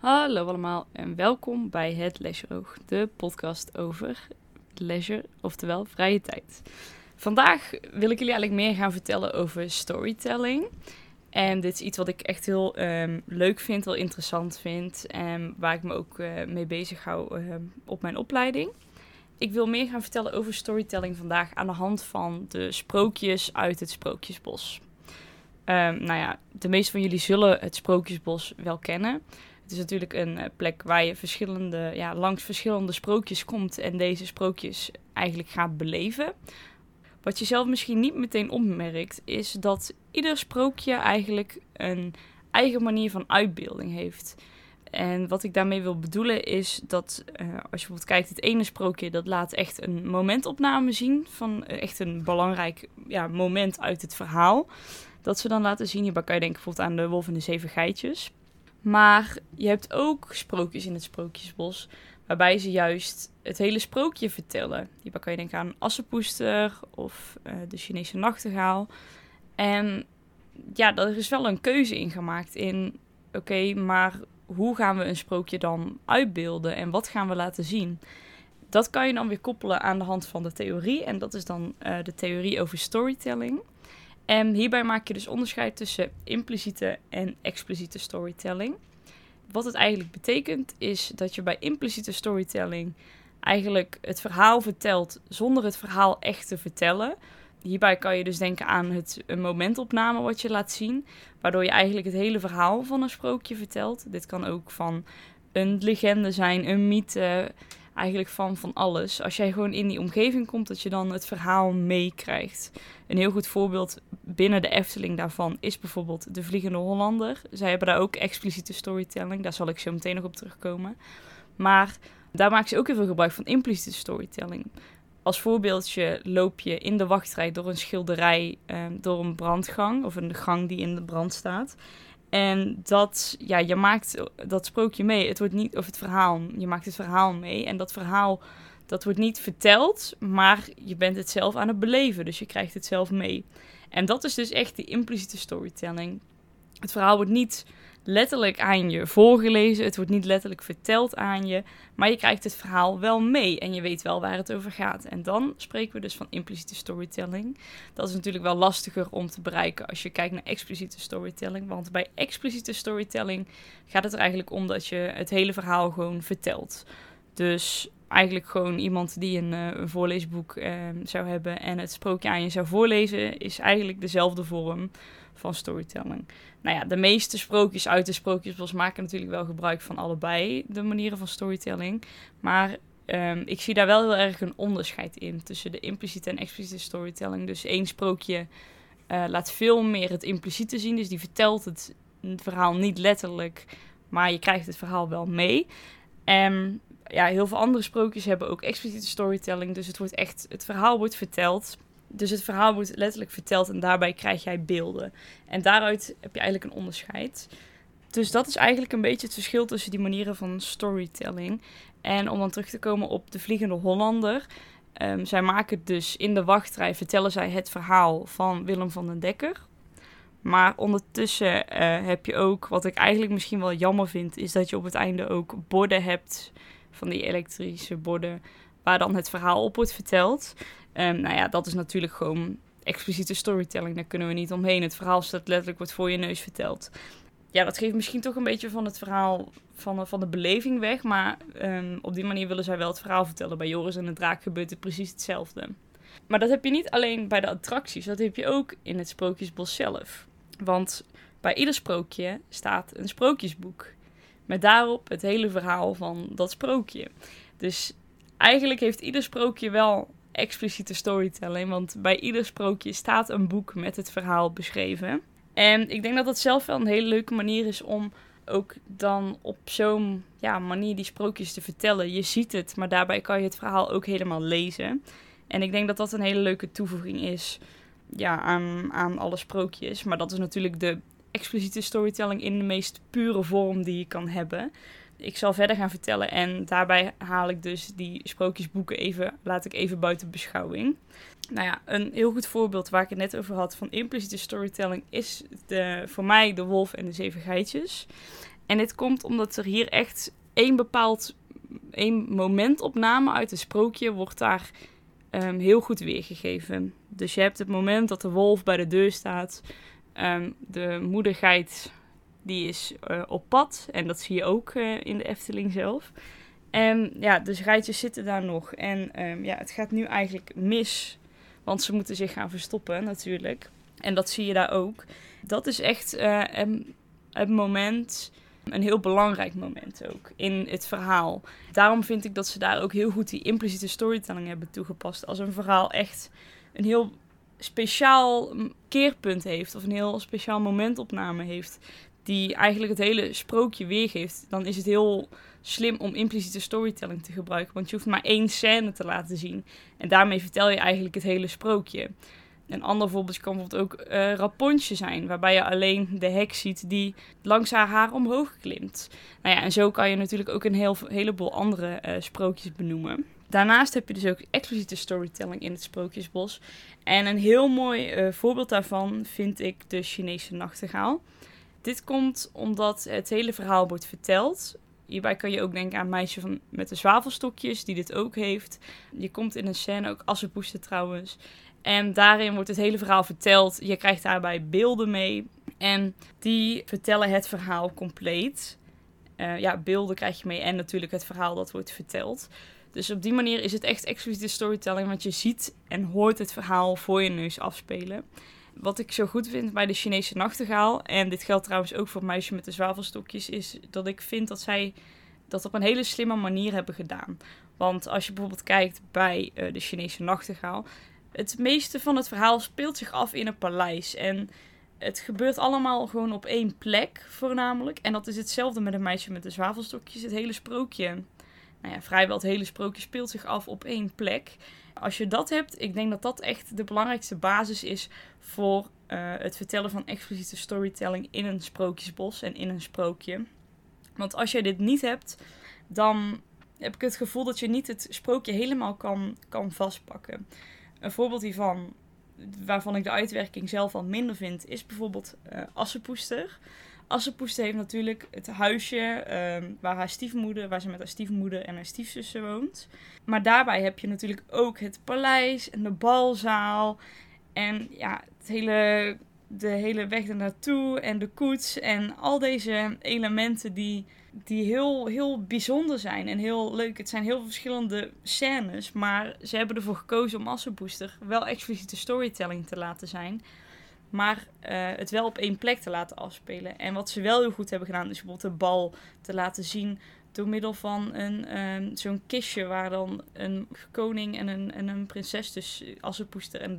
Hallo allemaal en welkom bij Het Leisureoog, de podcast over leisure, oftewel vrije tijd. Vandaag wil ik jullie eigenlijk meer gaan vertellen over storytelling. En dit is iets wat ik echt heel leuk vind, heel interessant vind en waar ik me ook mee bezig hou op mijn opleiding. Ik wil meer gaan vertellen over storytelling vandaag aan de hand van de sprookjes uit het Sprookjesbos. De meeste van jullie zullen het Sprookjesbos wel kennen. Het is natuurlijk een plek waar je langs verschillende sprookjes komt en deze sprookjes eigenlijk gaat beleven. Wat je zelf misschien niet meteen opmerkt, is dat ieder sprookje eigenlijk een eigen manier van uitbeelding heeft. En wat ik daarmee wil bedoelen is dat als je bijvoorbeeld kijkt, het ene sprookje dat laat echt een momentopname zien van echt een belangrijk moment uit het verhaal. Dat ze dan laten zien, hierbij kan je denken bijvoorbeeld aan de Wolf en de 7 Geitjes. Maar je hebt ook sprookjes in het Sprookjesbos, waarbij ze juist het hele sprookje vertellen. Hierbij kan je denken aan Assepoester of de Chinese nachtegaal. En ja, er is wel een keuze in gemaakt in, oké, maar hoe gaan we een sprookje dan uitbeelden en wat gaan we laten zien? Dat kan je dan weer koppelen aan de hand van de theorie en dat is dan de theorie over storytelling. En hierbij maak je dus onderscheid tussen impliciete en expliciete storytelling. Wat het eigenlijk betekent is dat je bij impliciete storytelling eigenlijk het verhaal vertelt zonder het verhaal echt te vertellen. Hierbij kan je dus denken aan een momentopname wat je laat zien, waardoor je eigenlijk het hele verhaal van een sprookje vertelt. Dit kan ook van een legende zijn, een mythe, eigenlijk van alles. Als jij gewoon in die omgeving komt, dat je dan het verhaal meekrijgt. Een heel goed voorbeeld binnen de Efteling daarvan is bijvoorbeeld De Vliegende Hollander. Zij hebben daar ook expliciete storytelling, daar zal ik zo meteen nog op terugkomen. Maar daar maken ze ook heel veel gebruik van impliciete storytelling. Als voorbeeldje loop je in de wachtrij door een schilderij, door een brandgang, of een gang die in de brand staat. En je maakt dat sprookje mee. Het wordt niet, of het verhaal, je maakt het verhaal mee. En dat verhaal, dat wordt niet verteld, maar je bent het zelf aan het beleven. Dus je krijgt het zelf mee. En dat is dus echt die impliciete storytelling. Het verhaal wordt niet letterlijk aan je voorgelezen. Het wordt niet letterlijk verteld aan je. Maar je krijgt het verhaal wel mee. En je weet wel waar het over gaat. En dan spreken we dus van impliciete storytelling. Dat is natuurlijk wel lastiger om te bereiken als je kijkt naar expliciete storytelling. Want bij expliciete storytelling gaat het er eigenlijk om dat je het hele verhaal gewoon vertelt. Dus eigenlijk gewoon iemand die een voorleesboek zou hebben en het sprookje aan je zou voorlezen, is eigenlijk dezelfde vorm van storytelling. Nou ja, de meeste sprookjes uit de Sprookjesbos maken natuurlijk wel gebruik van allebei de manieren van storytelling. Maar ik zie daar wel heel erg een onderscheid in tussen de impliciete en expliciete storytelling. Dus één sprookje laat veel meer het impliciete zien. Dus die vertelt het verhaal niet letterlijk, maar je krijgt het verhaal wel mee. En heel veel andere sprookjes hebben ook expliciete storytelling. Dus het verhaal wordt verteld. Dus het verhaal wordt letterlijk verteld en daarbij krijg jij beelden. En daaruit heb je eigenlijk een onderscheid. Dus dat is eigenlijk een beetje het verschil tussen die manieren van storytelling. En om dan terug te komen op De Vliegende Hollander. Zij maken dus in de wachtrij, vertellen zij het verhaal van Willem van den Dekker. Maar ondertussen heb je ook, wat ik eigenlijk misschien wel jammer vind, is dat je op het einde ook borden hebt, van die elektrische borden, waar dan het verhaal op wordt verteld. Dat is natuurlijk gewoon expliciete storytelling, daar kunnen we niet omheen. Het verhaal staat letterlijk, wordt voor je neus verteld. Ja, dat geeft misschien toch een beetje van het verhaal van de beleving weg, maar op die manier willen zij wel het verhaal vertellen. Bij Joris en de Draak gebeurt het precies hetzelfde. Maar dat heb je niet alleen bij de attracties, dat heb je ook in het Sprookjesbos zelf. Want bij ieder sprookje staat een sprookjesboek. Met daarop het hele verhaal van dat sprookje. Dus eigenlijk heeft ieder sprookje wel expliciete storytelling. Want bij ieder sprookje staat een boek met het verhaal beschreven. En ik denk dat dat zelf wel een hele leuke manier is om ook dan op zo'n manier die sprookjes te vertellen. Je ziet het, maar daarbij kan je het verhaal ook helemaal lezen. En ik denk dat dat een hele leuke toevoeging is aan alle sprookjes. Maar dat is natuurlijk de expliciete storytelling in de meest pure vorm die je kan hebben. Ik zal verder gaan vertellen en daarbij haal ik dus die sprookjesboeken laat ik even buiten beschouwing. Een heel goed voorbeeld waar ik het net over had van impliciete storytelling is voor mij de Wolf en de 7 Geitjes. En dit komt omdat er hier echt één momentopname uit het sprookje wordt daar heel goed weergegeven. Dus je hebt het moment dat de wolf bij de deur staat. De moedergeit die is op pad. En dat zie je ook in de Efteling zelf. En ja, de geitjes zitten daar nog. En het gaat nu eigenlijk mis. Want ze moeten zich gaan verstoppen natuurlijk. En dat zie je daar ook. Dat is echt het moment, een heel belangrijk moment ook in het verhaal. Daarom vind ik dat ze daar ook heel goed die impliciete storytelling hebben toegepast. Als een verhaal echt een heel speciaal keerpunt heeft of een heel speciaal momentopname heeft die eigenlijk het hele sprookje weergeeft, dan is het heel slim om impliciete storytelling te gebruiken. Want je hoeft maar 1 scène te laten zien. En daarmee vertel je eigenlijk het hele sprookje. Een ander voorbeeld kan bijvoorbeeld ook Rapunzel zijn, waarbij je alleen de heks ziet die langs haar omhoog klimt. Nou ja, en zo kan je natuurlijk ook een heleboel andere sprookjes benoemen. Daarnaast heb je dus ook expliciete storytelling in het Sprookjesbos. En een heel mooi voorbeeld daarvan vind ik de Chinese nachtegaal. Dit komt omdat het hele verhaal wordt verteld. Hierbij kan je ook denken aan Meisje met de zwavelstokjes, die dit ook heeft. Je komt in een scène, ook Assepoester trouwens. En daarin wordt het hele verhaal verteld. Je krijgt daarbij beelden mee. En die vertellen het verhaal compleet. Beelden krijg je mee en natuurlijk het verhaal dat wordt verteld. Dus op die manier is het echt expliciete storytelling. Want je ziet en hoort het verhaal voor je neus afspelen. Wat ik zo goed vind bij de Chinese nachtegaal, en dit geldt trouwens ook voor het Meisje met de zwavelstokjes, is dat ik vind dat zij dat op een hele slimme manier hebben gedaan. Want als je bijvoorbeeld kijkt bij de Chinese nachtegaal, het meeste van het verhaal speelt zich af in een paleis. En het gebeurt allemaal gewoon op 1 plek voornamelijk. En dat is hetzelfde met een Meisje met de zwavelstokjes. Het hele sprookje, vrijwel het hele sprookje speelt zich af op 1 plek. Als je dat hebt, ik denk dat dat echt de belangrijkste basis is voor het vertellen van expliciete storytelling in een sprookjesbos en in een sprookje. Want als jij dit niet hebt, dan heb ik het gevoel dat je niet het sprookje helemaal kan vastpakken. Een voorbeeld hiervan, waarvan ik de uitwerking zelf al minder vind, is bijvoorbeeld Assepoester. Assepoester heeft natuurlijk het huisje waar ze met haar stiefmoeder en haar stiefzussen woont. Maar daarbij heb je natuurlijk ook het paleis en de balzaal. En ja, de hele weg ernaartoe en de koets en al deze elementen die heel, heel bijzonder zijn en heel leuk. Het zijn heel verschillende scènes, maar ze hebben ervoor gekozen om Assepoester wel expliciete storytelling te laten zijn. Maar het wel op 1 plek te laten afspelen. En wat ze wel heel goed hebben gedaan, is bijvoorbeeld de bal te laten zien door middel van zo'n kistje waar dan een koning en een prinses, dus Assepoester en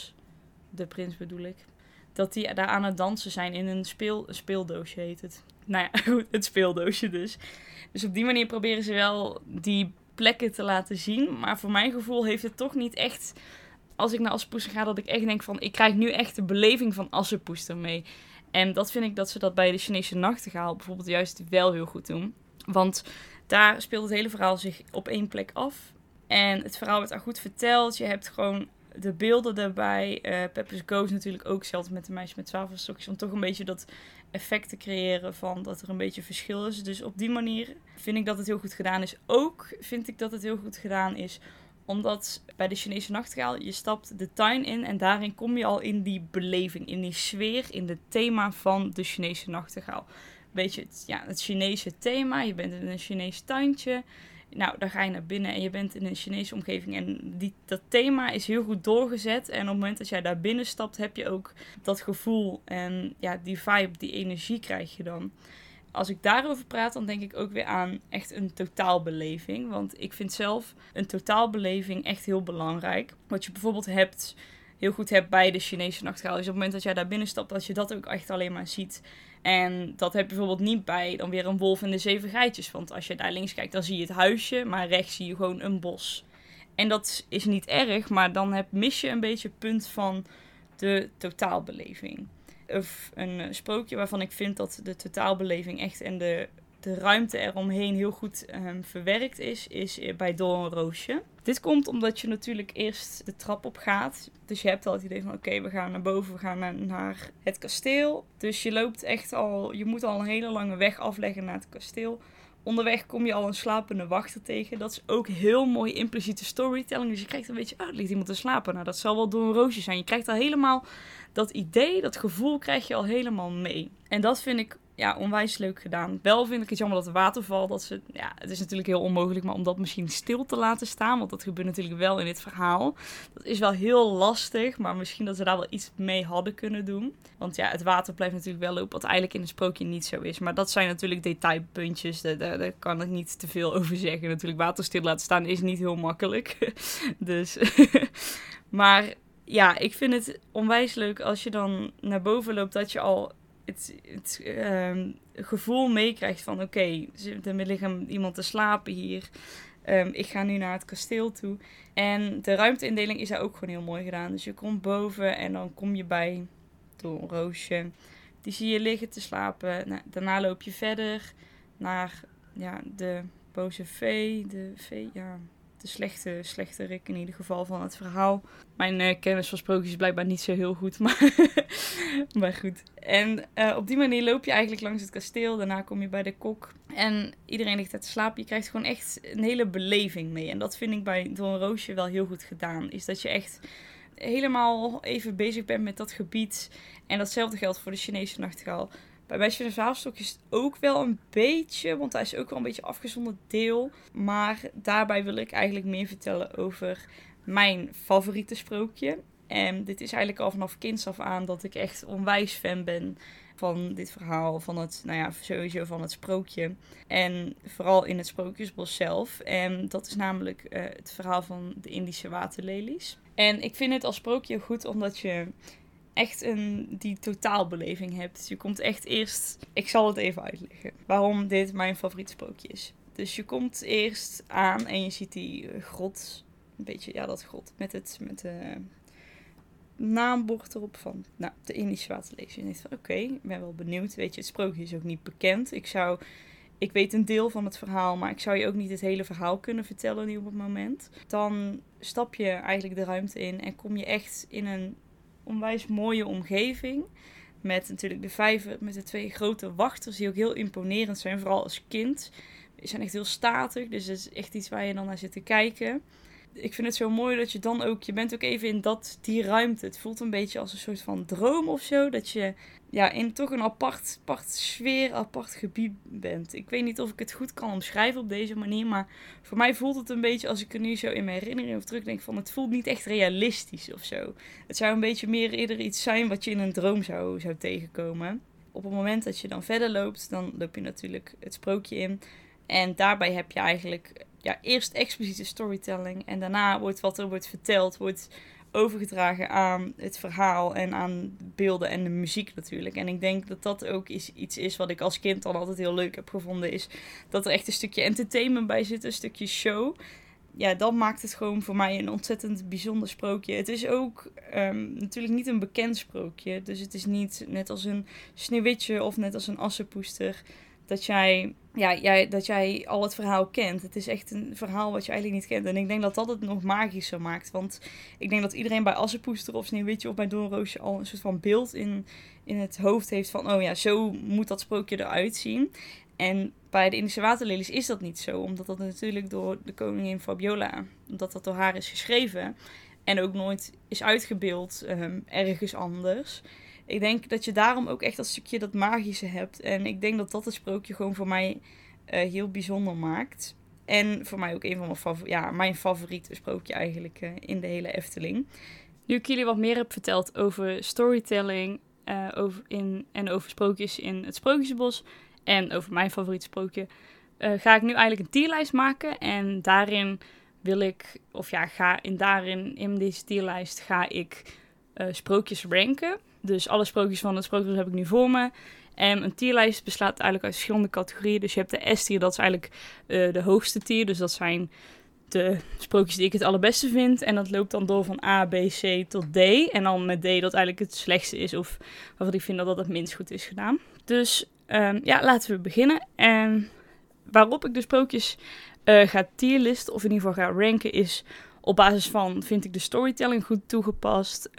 de prins bedoel ik, dat die daar aan het dansen zijn in een speeldoosje heet het. Nou ja, goed, het speeldoosje dus. Dus op die manier proberen ze wel die plekken te laten zien. Maar voor mijn gevoel heeft het toch niet echt, als ik naar Assepoester ga, dat ik echt denk van, ik krijg nu echt de beleving van Assepoester mee. En dat vind ik dat ze dat bij de Chinese nachtegaal bijvoorbeeld juist wel heel goed doen. Want daar speelt het hele verhaal zich op 1 plek af. En het verhaal wordt daar goed verteld. Je hebt gewoon de beelden daarbij. Pepper's Ghost natuurlijk ook, zelfs met de Meisje met zwavelstokjes, om toch een beetje dat effect te creëren van dat er een beetje verschil is. Dus op die manier vind ik dat het heel goed gedaan is. Ook vind ik dat het heel goed gedaan is omdat bij de Chinese nachtegaal, je stapt de tuin in en daarin kom je al in die beleving, in die sfeer, in het thema van de Chinese nachtegaal. Beetje het Chinese thema. Je bent in een Chinees tuintje. Nou, daar ga je naar binnen en je bent in een Chinese omgeving. En dat thema is heel goed doorgezet. En op het moment dat jij daar binnen stapt, heb je ook dat gevoel. En ja, die vibe, die energie krijg je dan. Als ik daarover praat, dan denk ik ook weer aan echt een totaalbeleving. Want ik vind zelf een totaalbeleving echt heel belangrijk. Wat je bijvoorbeeld heel goed hebt bij de Chinese nachtegaal, is op het moment dat jij daar binnen stapt, dat je dat ook echt alleen maar ziet. En dat heb je bijvoorbeeld niet bij dan weer een wolf en de 7 geitjes. Want als je daar links kijkt, dan zie je het huisje, maar rechts zie je gewoon een bos. En dat is niet erg, maar dan mis je een beetje het punt van de totaalbeleving. Of een sprookje waarvan ik vind dat de totaalbeleving echt en de de ruimte eromheen heel goed verwerkt is bij Doornroosje. Dit komt omdat je natuurlijk eerst de trap op gaat. Dus je hebt al het idee van oké, we gaan naar boven, we gaan naar het kasteel. Dus je loopt echt al, je moet al een hele lange weg afleggen naar het kasteel. Onderweg kom je al een slapende wachter tegen. Dat is ook heel mooi impliciete storytelling. Dus je krijgt een beetje, er ligt iemand te slapen. Nou, dat zal wel Doornroosje zijn. Je krijgt al helemaal dat idee, dat gevoel krijg je al helemaal mee. En dat vind ik onwijs leuk gedaan. Wel vind ik het jammer dat de waterval, het is natuurlijk heel onmogelijk, maar om dat misschien stil te laten staan, want dat gebeurt natuurlijk wel in dit verhaal. Dat is wel heel lastig, maar misschien dat ze daar wel iets mee hadden kunnen doen. Want ja, het water blijft natuurlijk wel lopen, wat eigenlijk in het sprookje niet zo is. Maar dat zijn natuurlijk detailpuntjes, daar kan ik niet te veel over zeggen. Natuurlijk, water stil laten staan is niet heel makkelijk. Dus, maar ja, ik vind het onwijs leuk als je dan naar boven loopt, dat je al het gevoel meekrijgt van oké, er ligt iemand te slapen hier. Ik ga nu naar het kasteel toe. En de ruimteindeling is daar ook gewoon heel mooi gedaan. Dus je komt boven en dan kom je bij Doornroosje. Die zie je liggen te slapen. Nou, daarna loop je verder naar de boze vee. De slechte Rik in ieder geval van het verhaal. Mijn kennis van sprookjes is blijkbaar niet zo heel goed, maar goed. En op die manier loop je eigenlijk langs het kasteel. Daarna kom je bij de kok. En iedereen ligt daar te slapen. Je krijgt gewoon echt een hele beleving mee. En dat vind ik bij Doornroosje wel heel goed gedaan. Is dat je echt helemaal even bezig bent met dat gebied. En datzelfde geldt voor de Chinese nachtegaal. Bij Meisje en Zwavelstokje is het ook wel een beetje, want hij is ook wel een beetje afgezonderd deel. Maar daarbij wil ik eigenlijk meer vertellen over mijn favoriete sprookje. En dit is eigenlijk al vanaf kinds af aan dat ik echt onwijs fan ben van dit verhaal, van het, sowieso van het sprookje. En vooral in het Sprookjesbos zelf. En dat is namelijk het verhaal van de Indische waterlelies. En ik vind het als sprookje goed omdat je echt die totaalbeleving hebt. Je komt echt eerst, ik zal het even uitleggen, waarom dit mijn favoriet sprookje is. Dus je komt eerst aan en je ziet die grot, een beetje, dat grot, met de naambord erop van, de Indische waterlelies. En je denkt van, oké, ik ben wel benieuwd. Weet je, het sprookje is ook niet bekend. Ik weet een deel van het verhaal, maar ik zou je ook niet het hele verhaal kunnen vertellen nu op het moment. Dan stap je eigenlijk de ruimte in en kom je echt in een onwijs mooie omgeving. Met natuurlijk de vijver, met de 2 grote wachters die ook heel imponerend zijn, vooral als kind. Die zijn echt heel statig, dus het is echt iets waar je dan naar zit te kijken. Ik vind het zo mooi dat je dan ook, je bent ook even in die ruimte. Het voelt een beetje als een soort van droom of zo, dat je in toch een apart sfeer, apart gebied bent. Ik weet niet of ik het goed kan omschrijven op deze manier, maar voor mij voelt het een beetje, als ik er nu zo in mijn herinnering over terugdenk, van het voelt niet echt realistisch of zo. Het zou een beetje meer eerder iets zijn wat je in een droom zou tegenkomen. Op het moment dat je dan verder loopt, dan loop je natuurlijk het sprookje in. En daarbij heb je eigenlijk eerst expliciete storytelling. En daarna wordt wat er wordt verteld, wordt overgedragen aan het verhaal en aan beelden en de muziek natuurlijk. En ik denk dat dat ook iets is wat ik als kind dan altijd heel leuk heb gevonden. Is dat er echt een stukje entertainment bij zit, een stukje show. Ja, dat maakt het gewoon voor mij een ontzettend bijzonder sprookje. Het is ook natuurlijk niet een bekend sprookje. Dus het is niet net als een Sneeuwwitje of net als een Assepoester dat jij al het verhaal kent. Het is echt een verhaal wat je eigenlijk niet kent. En ik denk dat dat het nog magischer maakt. Want ik denk dat iedereen bij Assepoester of Sneeuwwitje of bij Doornroosje al een soort van beeld in het hoofd heeft van, zo moet dat sprookje eruit zien. En bij de Indische waterlelies is dat niet zo. Omdat dat natuurlijk door de koningin Fabiola, omdat dat door haar is geschreven. En ook nooit is uitgebeeld ergens anders. Ik denk dat je daarom ook echt dat stukje dat magische hebt. En ik denk dat dat het sprookje gewoon voor mij heel bijzonder maakt. En voor mij ook een van mijn favoriete sprookje eigenlijk in de hele Efteling. Nu ik jullie wat meer heb verteld over storytelling over sprookjes in het Sprookjesbos en over mijn favoriete sprookje, ga ik nu eigenlijk een tierlijst maken. En daarin in deze tierlijst ga ik sprookjes ranken. Dus alle sprookjes van het Sprookjesbos heb ik nu voor me. En een tierlijst bestaat eigenlijk uit verschillende categorieën. Dus je hebt de S-tier, dat is eigenlijk de hoogste tier. Dus dat zijn de sprookjes die ik het allerbeste vind. En dat loopt dan door van A, B, C tot D. En dan met D dat eigenlijk het slechtste is of waarvan ik vind dat het minst goed is gedaan. Dus laten we beginnen. En waarop ik de sprookjes ga tierlisten, of in ieder geval ga ranken, is op basis van, vind ik de storytelling goed toegepast?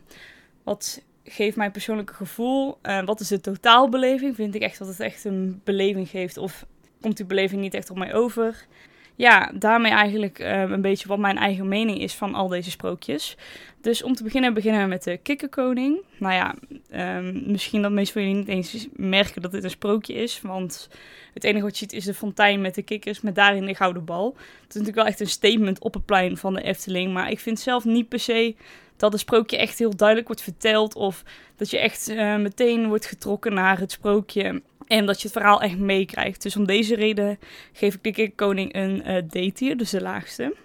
Wat geeft mijn persoonlijke gevoel? Wat is de totaalbeleving? Vind ik echt dat het echt een beleving geeft? Of komt die beleving niet echt op mij over? Ja, daarmee eigenlijk een beetje wat mijn eigen mening is van al deze sprookjes. Dus om te beginnen we met de Kikkerkoning. Nou ja, misschien dat meestal jullie niet eens merken dat dit een sprookje is. Want het enige wat je ziet is de fontein met de kikkers, met daarin de gouden bal. Het is natuurlijk wel echt een statement op het plein van de Efteling. Maar ik vind zelf niet per se dat het sprookje echt heel duidelijk wordt verteld. Of dat je echt meteen wordt getrokken naar het sprookje. En dat je het verhaal echt meekrijgt. Dus om deze reden geef ik de Kikkerkoning een D-tier, dus de laagste.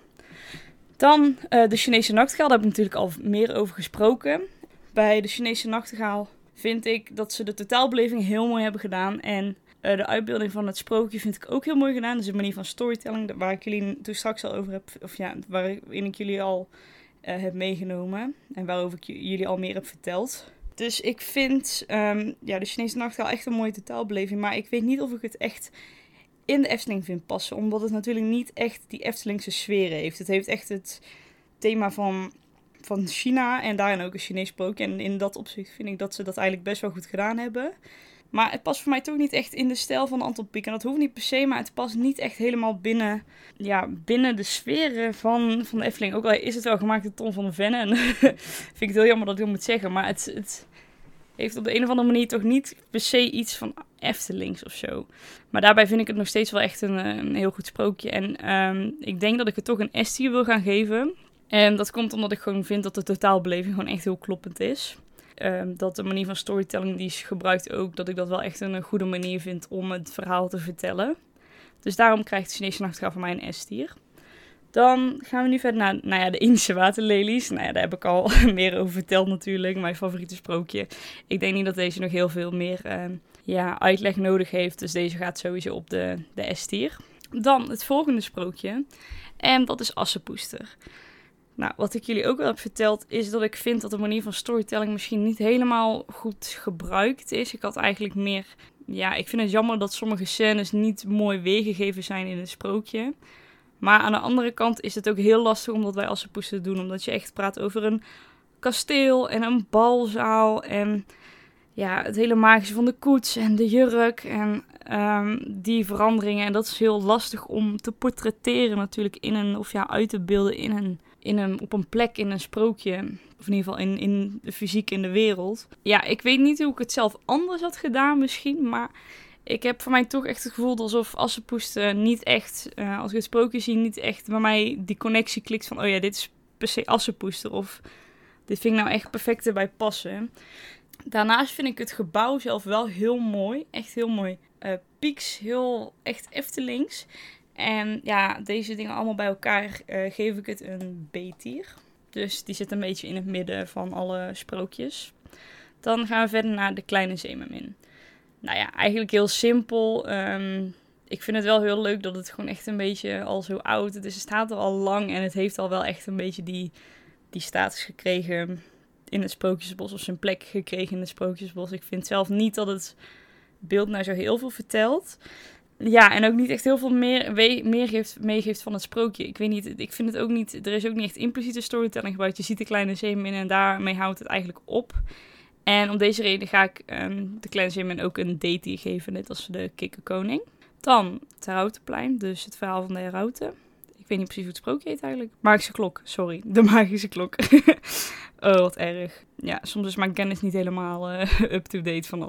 Dan de Chinese nachtegaal, daar heb ik natuurlijk al meer over gesproken. Bij de Chinese nachtegaal vind ik dat ze de totaalbeleving heel mooi hebben gedaan. En de uitbeelding van het sprookje vind ik ook heel mooi gedaan. Dus de manier van storytelling, waar ik jullie toen straks al over heb, of ja, waarin ik jullie al heb meegenomen. En waarover ik jullie al meer heb verteld. Dus ik vind de Chinese nachtegaal echt een mooie totaalbeleving. Maar ik weet niet of ik het echt in de Efteling vind passen. Omdat het natuurlijk niet echt die Eftelingse sfeer heeft. Het heeft echt het thema van China en daarin ook een Chinees sprookje. En in dat opzicht vind ik dat ze dat eigenlijk best wel goed gedaan hebben. Maar het past voor mij toch niet echt in de stijl van Anton Pieck. En dat hoeft niet per se, maar het past niet echt helemaal binnen de sferen van de Efteling. Ook al is het wel gemaakt door Ton van der Venne. En vind ik het heel jammer dat ik dat moet zeggen. Maar het heeft op de een of andere manier toch niet per se iets van Eftelings of zo. Maar daarbij vind ik het nog steeds wel echt een heel goed sprookje. En ik denk dat ik het toch een S-tier wil gaan geven. En dat komt omdat ik gewoon vind dat de totaalbeleving gewoon echt heel kloppend is. Dat de manier van storytelling die is gebruikt ook, dat ik dat wel echt een goede manier vind om het verhaal te vertellen. Dus daarom krijgt de Chinese nachtegaal van mij een S-tier. Dan gaan we nu verder naar de Indische waterlelies. Nou ja, daar heb ik al meer over verteld natuurlijk. Mijn favoriete sprookje. Ik denk niet dat deze nog heel veel meer uitleg nodig heeft. Dus deze gaat sowieso op de S-tier. Dan het volgende sprookje. En dat is Assepoester. Nou, wat ik jullie ook wel heb verteld is dat ik vind dat de manier van storytelling misschien niet helemaal goed gebruikt is. Ik had eigenlijk meer... Ja, ik vind het jammer dat sommige scènes niet mooi weergegeven zijn in het sprookje. Maar aan de andere kant is het ook heel lastig om dat bij Assepoester te doen. Omdat je echt praat over een kasteel en een balzaal. En ja, het hele magische van de koets en de jurk. En die veranderingen. En dat is heel lastig om te portretteren natuurlijk uit te beelden op een plek in een sprookje. Of in ieder geval in de fysiek in de wereld. Ja, ik weet niet hoe ik het zelf anders had gedaan misschien. Maar ik heb voor mij toch echt het gevoel alsof Assepoester niet echt, als ik het sprookje zie, niet echt bij mij die connectie klikt van, oh ja, dit is per se Assepoester. Of dit vind ik nou echt perfect erbij passen. Daarnaast vind ik het gebouw zelf wel heel mooi. Echt heel mooi. Pieks, heel echt Eftelings. En ja, deze dingen allemaal bij elkaar geef ik het een B-tier. Dus die zit een beetje in het midden van alle sprookjes. Dan gaan we verder naar de Kleine Zeemermin. Nou ja, eigenlijk heel simpel. Ik vind het wel heel leuk dat het gewoon echt een beetje al zo oud is. Dus het staat er al lang en het heeft al wel echt een beetje die status gekregen in het Sprookjesbos. Of zijn plek gekregen in het Sprookjesbos. Ik vind zelf niet dat het beeld nou zo heel veel vertelt. Ja, en ook niet echt heel veel meegeeft van het sprookje. Ik weet niet, ik vind het ook niet... Er is ook niet echt impliciete storytelling gebruikt. Je ziet de Kleine Zeemermin en daarmee houdt het eigenlijk op. En om deze reden ga ik de Kleine Zeemermin ook een D-tier geven, net als de Kikkerkoning. Dan het Herautenplein, dus het verhaal van de Herauten. Ik weet niet precies hoe het sprookje heet eigenlijk. Magische klok, sorry. De magische klok. Oh, wat erg. Ja, soms is mijn kennis niet helemaal up-to-date van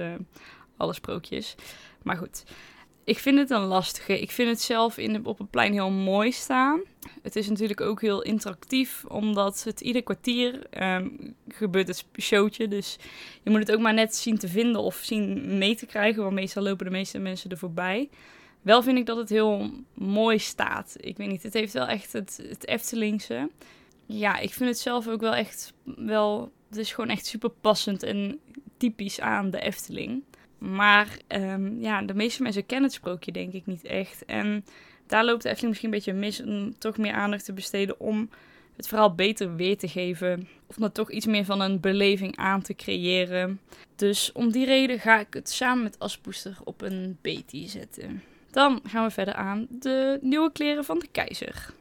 alle sprookjes. Maar goed. Ik vind het een lastige. Ik vind het zelf op het plein heel mooi staan. Het is natuurlijk ook heel interactief, omdat het ieder kwartier gebeurt het showtje. Dus je moet het ook maar net zien te vinden of zien mee te krijgen, want meestal lopen de meeste mensen er voorbij. Wel vind ik dat het heel mooi staat. Ik weet niet, het heeft wel echt het Eftelingse. Ja, ik vind het zelf ook wel echt het is gewoon echt super passend en typisch aan de Efteling. Maar de meeste mensen kennen het sprookje denk ik niet echt. En daar loopt de Efteling misschien een beetje mis om toch meer aandacht te besteden om het verhaal beter weer te geven. Of er toch iets meer van een beleving aan te creëren. Dus om die reden ga ik het samen met Aspoester op een B-tier zetten. Dan gaan we verder aan de nieuwe kleren van de keizer.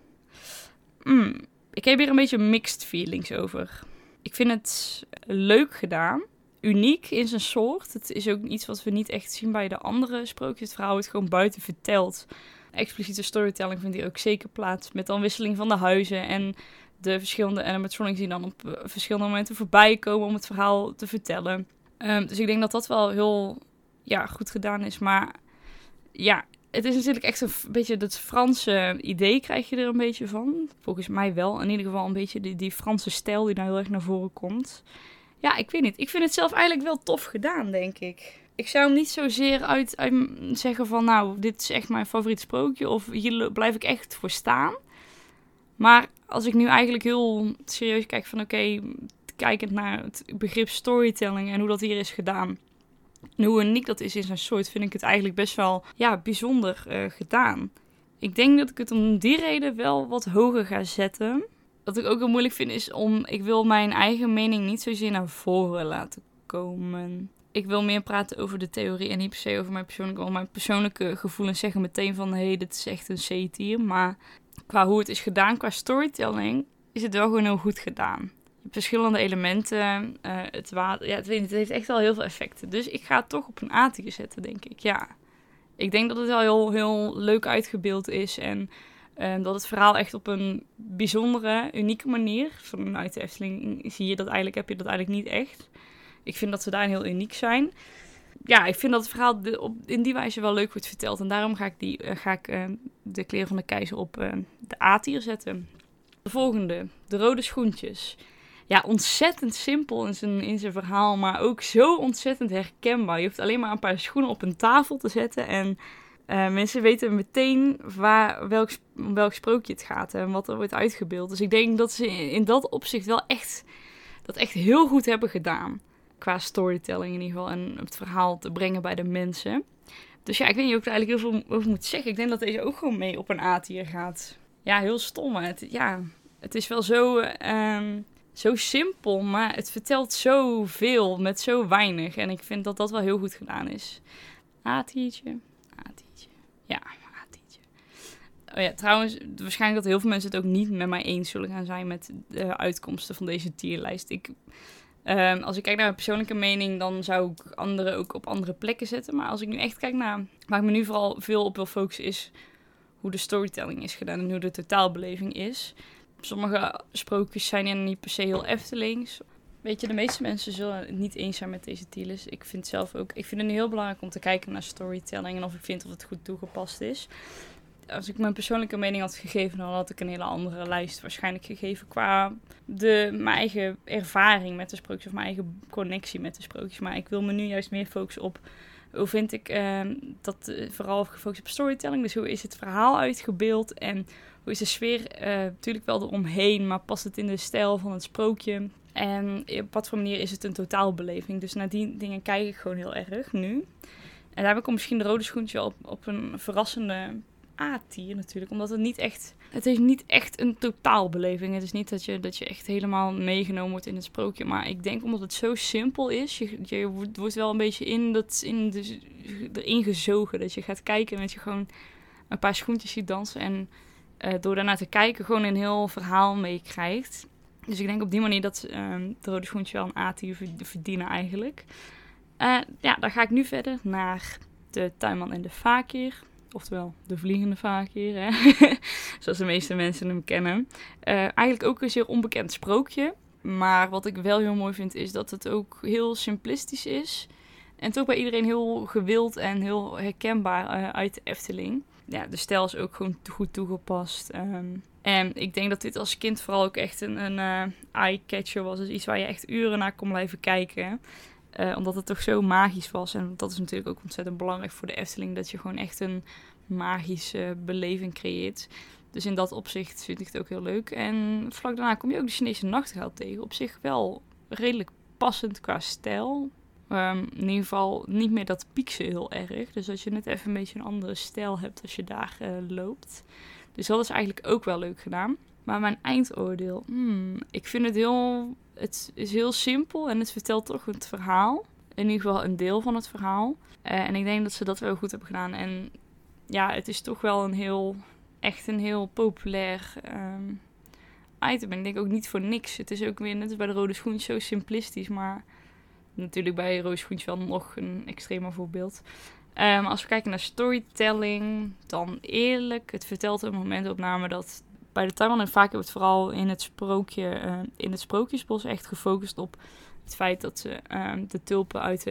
Ik heb hier een beetje mixed feelings over. Ik vind het leuk gedaan. Uniek in zijn soort. Het is ook iets wat we niet echt zien bij de andere sprookjes. Het verhaal wordt gewoon buiten verteld. Expliciete storytelling vindt hier ook zeker plaats. Met dan wisseling van de huizen en de verschillende animatronics die dan op verschillende momenten voorbij komen om het verhaal te vertellen. Dus ik denk dat dat wel heel goed gedaan is. Maar ja, het is natuurlijk echt een beetje dat Franse idee krijg je er een beetje van. Volgens mij wel. In ieder geval een beetje die Franse stijl die nou heel erg naar voren komt. Ja, ik weet niet. Ik vind het zelf eigenlijk wel tof gedaan, denk ik. Ik zou hem niet zozeer uit zeggen van, nou, dit is echt mijn favoriet sprookje. Of hier blijf ik echt voor staan. Maar als ik nu eigenlijk heel serieus kijk van, oké, kijkend naar het begrip storytelling en hoe dat hier is gedaan. En hoe uniek dat is in zijn soort, vind ik het eigenlijk best wel bijzonder gedaan. Ik denk dat ik het om die reden wel wat hoger ga zetten. Wat ik ook heel moeilijk vind is ik wil mijn eigen mening niet zozeer naar voren laten komen. Ik wil meer praten over de theorie en niet per se over mijn persoonlijke gevoelens zeggen meteen van, dit is echt een C-tier. Maar qua hoe het is gedaan, qua storytelling, is het wel gewoon heel goed gedaan. Je hebt verschillende elementen, het water, het heeft echt wel heel veel effecten. Dus ik ga het toch op een A-tier zetten, denk ik, ja. Ik denk dat het wel heel, heel leuk uitgebeeld is en dat het verhaal echt op een bijzondere, unieke manier, vanuit de Efteling heb je dat eigenlijk niet echt. Ik vind dat ze daarin heel uniek zijn. Ja, ik vind dat het verhaal in die wijze wel leuk wordt verteld. En daarom ga ik de kleren van de keizer op de A-tier zetten. De volgende, de rode schoentjes. Ja, ontzettend simpel in zijn verhaal, maar ook zo ontzettend herkenbaar. Je hoeft alleen maar een paar schoenen op een tafel te zetten en mensen weten meteen om welk sprookje het gaat en wat er wordt uitgebeeld. Dus ik denk dat ze in dat opzicht wel echt heel goed hebben gedaan. Qua storytelling in ieder geval en het verhaal te brengen bij de mensen. Dus ja, ik weet niet of ik er eigenlijk heel veel over moet zeggen. Ik denk dat deze ook gewoon mee op een A-tier gaat. Ja, heel stom, maar het is wel zo simpel, maar het vertelt zoveel met zo weinig. En ik vind dat dat wel heel goed gedaan is. A-tiertje. Ja, A-tiertje. Oh ja, trouwens, waarschijnlijk dat heel veel mensen het ook niet met mij eens zullen gaan zijn met de uitkomsten van deze tierlijst. Als ik kijk naar mijn persoonlijke mening, dan zou ik anderen ook op andere plekken zetten. Maar als ik nu echt kijk naar waar ik me nu vooral veel op wil focussen, is hoe de storytelling is gedaan en hoe de totaalbeleving is. Sommige sprookjes zijn er niet per se heel Eftelings. Weet je, de meeste mensen zullen het niet eens zijn met deze tierlist. Ik vind het nu heel belangrijk om te kijken naar storytelling en of ik vind of het goed toegepast is. Als ik mijn persoonlijke mening had gegeven, dan had ik een hele andere lijst waarschijnlijk gegeven qua mijn eigen ervaring met de sprookjes of mijn eigen connectie met de sprookjes. Maar ik wil me nu juist meer focussen op hoe vind ik dat vooral gefocust op storytelling. Dus hoe is het verhaal uitgebeeld en hoe is de sfeer natuurlijk wel eromheen, maar past het in de stijl van het sprookje? En op wat voor manier is het een totaalbeleving? Dus naar die dingen kijk ik gewoon heel erg nu. En daar heb ik misschien de rode schoentje wel op een verrassende A-tier natuurlijk. Omdat het is niet echt een totaalbeleving. Het is niet dat je echt helemaal meegenomen wordt in het sprookje. Maar ik denk omdat het zo simpel is. Je wordt wel een beetje erin gezogen. Dat je gaat kijken en dat je gewoon een paar schoentjes ziet dansen. En door daarnaar te kijken gewoon een heel verhaal meekrijgt. Dus ik denk op die manier dat de rode schoentje wel een A-tier verdienen eigenlijk. Dan ga ik nu verder naar de tuinman en de fakir. Oftewel, de vliegende fakir, hè? Zoals de meeste mensen hem kennen. Eigenlijk ook een zeer onbekend sprookje. Maar wat ik wel heel mooi vind, is dat het ook heel simplistisch is. En het ook bij iedereen heel gewild en heel herkenbaar uit de Efteling. Ja, de stijl is ook gewoon goed toegepast. En ik denk dat dit als kind vooral ook echt een eye-catcher was. Dus iets waar je echt uren naar kon blijven kijken. Omdat het toch zo magisch was. En dat is natuurlijk ook ontzettend belangrijk voor de Efteling. Dat je gewoon echt een magische beleving creëert. Dus in dat opzicht vind ik het ook heel leuk. En vlak daarna kom je ook de Chinese nachtegaal tegen. Op zich wel redelijk passend qua stijl. In ieder geval niet meer dat piekse heel erg. Dus dat je net even een beetje een andere stijl hebt als je daar loopt. Dus dat is eigenlijk ook wel leuk gedaan. Maar mijn eindoordeel, ik vind het is heel simpel en het vertelt toch het verhaal. In ieder geval een deel van het verhaal. En ik denk dat ze dat wel goed hebben gedaan. En ja, het is toch wel echt een heel populair item. En ik denk ook niet voor niks. Het is ook weer net als bij de Rode Schoentjes zo simplistisch. Maar natuurlijk bij Rode Schoentjes wel nog een extremer voorbeeld. Als we kijken naar storytelling, dan eerlijk. Het vertelt een momentopname dat bij de tuinman en vaak wordt het vooral in het sprookjesbos echt gefocust op het feit dat ze de tulpen uit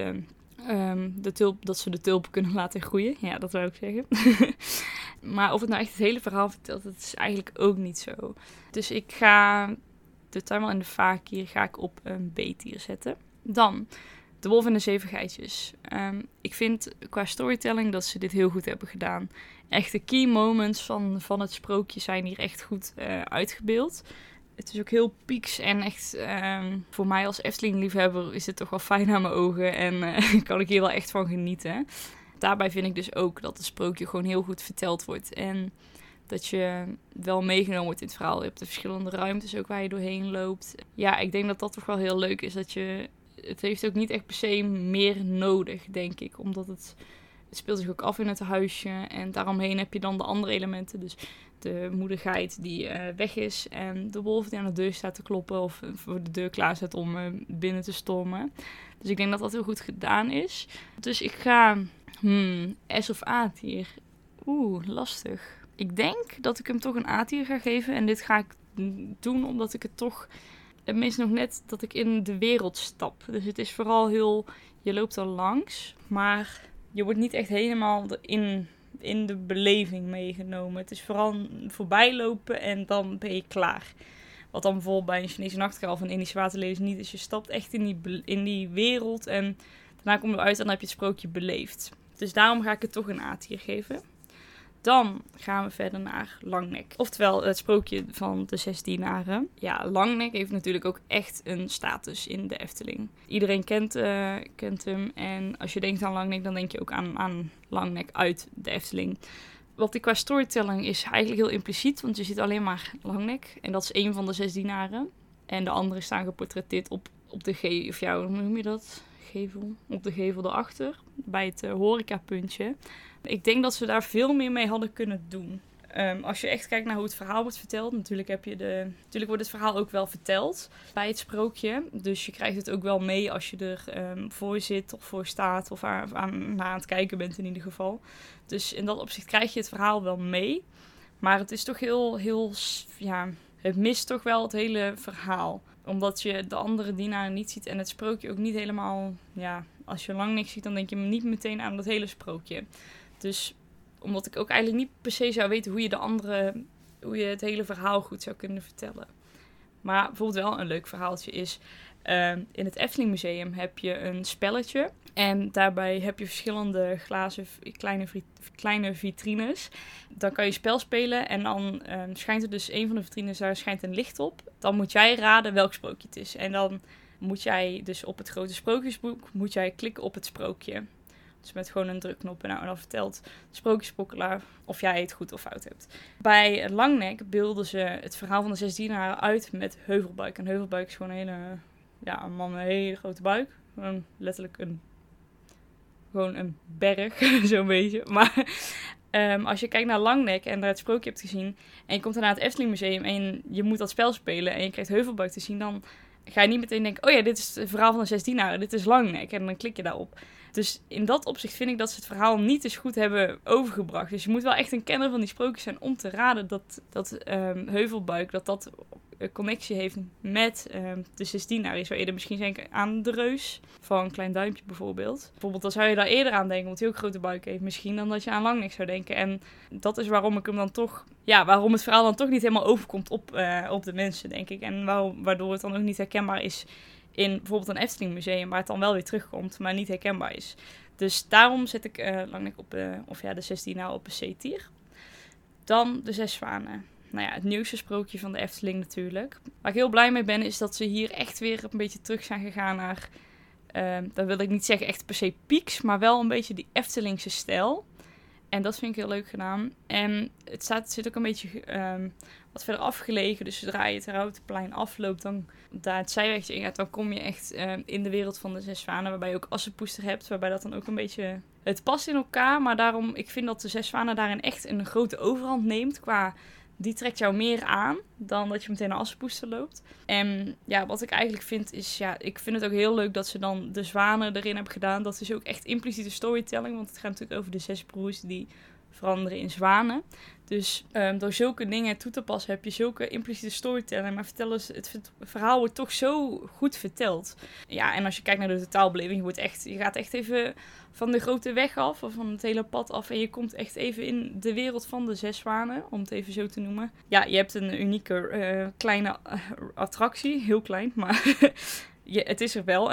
dat ze de tulpen kunnen laten groeien. Ja, dat wou ik zeggen. Maar of het nou echt het hele verhaal vertelt, dat is eigenlijk ook niet zo. Dus ik ga de tuinman en de fakir ga ik op een B-tier zetten. Dan De Wolf en de Zeven Geitjes. Ik vind qua storytelling dat ze dit heel goed hebben gedaan. Echt de key moments van het sprookje zijn hier echt goed uitgebeeld. Het is ook heel pieks en echt voor mij als Efteling-liefhebber is het toch wel fijn aan mijn ogen. En kan ik hier wel echt van genieten. Daarbij vind ik dus ook dat het sprookje gewoon heel goed verteld wordt. En dat je wel meegenomen wordt in het verhaal. Je hebt de verschillende ruimtes ook waar je doorheen loopt. Ja, ik denk dat dat toch wel heel leuk is. Het heeft ook niet echt per se meer nodig, denk ik. Omdat het speelt zich ook af in het huisje. En daaromheen heb je dan de andere elementen. Dus de moedergeit die weg is. En de wolf die aan de deur staat te kloppen. Of voor de deur klaar staat om binnen te stormen. Dus ik denk dat dat heel goed gedaan is. Dus ik ga S of A tier. Lastig. Ik denk dat ik hem toch een A-tier ga geven. En dit ga ik doen omdat ik het toch... Het mis nog net dat ik in de wereld stap. Dus het is vooral heel... Je loopt er langs, maar je wordt niet echt helemaal in de beleving meegenomen. Het is vooral voorbij lopen en dan ben je klaar. Wat dan bijvoorbeeld bij een Chinese nachtegaal van Indische waterlelies niet is. Je stapt echt in die wereld en daarna kom je eruit en dan heb je het sprookje beleefd. Dus daarom ga ik het toch een A-tier geven. Dan gaan we verder naar Langnek. Oftewel het sprookje van de 6 dienaren. Ja, Langnek heeft natuurlijk ook echt een status in de Efteling. Iedereen kent hem. En als je denkt aan Langnek, dan denk je ook aan Langnek uit de Efteling. Wat ik qua storytelling is eigenlijk heel impliciet. Want je ziet alleen maar Langnek. En dat is één van de 6 dienaren. En de anderen staan geportretteerd op de hoe noem je dat? Gevel. Op de gevel erachter. Bij het horecapuntje. Ik denk dat ze daar veel meer mee hadden kunnen doen. Als je echt kijkt naar hoe het verhaal wordt verteld. Natuurlijk wordt het verhaal ook wel verteld bij het sprookje. Dus je krijgt het ook wel mee als je er voor zit of voor staat. Of aan het kijken bent in ieder geval. Dus in dat opzicht krijg je het verhaal wel mee. Maar het is toch heel het mist toch wel het hele verhaal. Omdat je de andere dienaren niet ziet en het sprookje ook niet helemaal... Ja, als je lang niks ziet, dan denk je niet meteen aan dat hele sprookje. Dus omdat ik ook eigenlijk niet per se zou weten hoe je het hele verhaal goed zou kunnen vertellen. Maar bijvoorbeeld wel een leuk verhaaltje is... in het Efteling Museum heb je een spelletje. En daarbij heb je verschillende glazen, kleine vitrines. Dan kan je spel spelen en dan schijnt er dus een van de vitrines, daar schijnt een licht op. Dan moet jij raden welk sprookje het is. En dan moet jij dus op het grote sprookjesboek klikken op het sprookje. Dus met gewoon een drukknop. En dan vertelt de sprookjespokkelaar of jij het goed of fout hebt. Bij Langnek beelden ze het verhaal van de 6 dienaren uit met Heuvelbuik. En Heuvelbuik is gewoon een man met een hele grote buik. Gewoon letterlijk een berg, zo'n beetje. Maar als je kijkt naar Langnek en daar het sprookje hebt gezien... en je komt dan naar het Efteling Museum en je moet dat spel spelen... en je krijgt Heuvelbuik te zien, dan ga je niet meteen denken... oh ja, dit is het verhaal van de 6 dienaren, dit is Langnek. En dan klik je daarop. Dus in dat opzicht vind ik dat ze het verhaal niet eens goed hebben overgebracht. Dus je moet wel echt een kenner van die sprookjes zijn om te raden dat Heuvelbuik... dat een connectie heeft met de 6 dienaren. Je zou eerder misschien denken aan de reus van een klein duimpje bijvoorbeeld. Bijvoorbeeld, dan zou je daar eerder aan denken, omdat hij ook een grote buik heeft misschien, dan dat je aan Langnek zou denken. En dat is waarom ik hem dan toch... Ja, waarom het verhaal dan toch niet helemaal overkomt op de mensen, denk ik. En waardoor het dan ook niet herkenbaar is in bijvoorbeeld een Efteling museum, waar het dan wel weer terugkomt, maar niet herkenbaar is. Dus daarom zet ik Langnek de 6 dienaren op een C-tier. Dan de 6 zwanen. Nou ja, het nieuwste sprookje van de Efteling natuurlijk. Waar ik heel blij mee ben, is dat ze hier echt weer een beetje terug zijn gegaan naar... dat wil ik niet zeggen echt per se pieks, maar wel een beetje die Eftelingse stijl. En dat vind ik heel leuk gedaan. En het zit ook een beetje wat verder afgelegen. Dus zodra je het Herautenplein afloopt, dan daar het zijwegje in gaat, dan kom je echt in de wereld van de 6 Zwanen. Waarbij je ook Assepoester hebt, waarbij dat dan ook een beetje... Het past in elkaar, maar daarom, ik vind dat de 6 Zwanen daarin echt een grote overhand neemt. Die trekt jou meer aan dan dat je meteen naar Assepoester loopt. En ja, wat ik eigenlijk vind is, ja, ik vind het ook heel leuk dat ze dan de zwanen erin hebben gedaan. Dat is ook echt impliciete storytelling, want het gaat natuurlijk over de 6 broers die veranderen in zwanen. Dus door zulke dingen toe te passen heb je zulke impliciete storytelling. Maar het verhaal wordt toch zo goed verteld. Ja, en als je kijkt naar de totaalbeleving, je gaat echt even van de grote weg af, of van het hele pad af. En je komt echt even in de wereld van de 6 zwanen, om het even zo te noemen. Ja, je hebt een unieke kleine attractie. Heel klein, maar het is er wel. En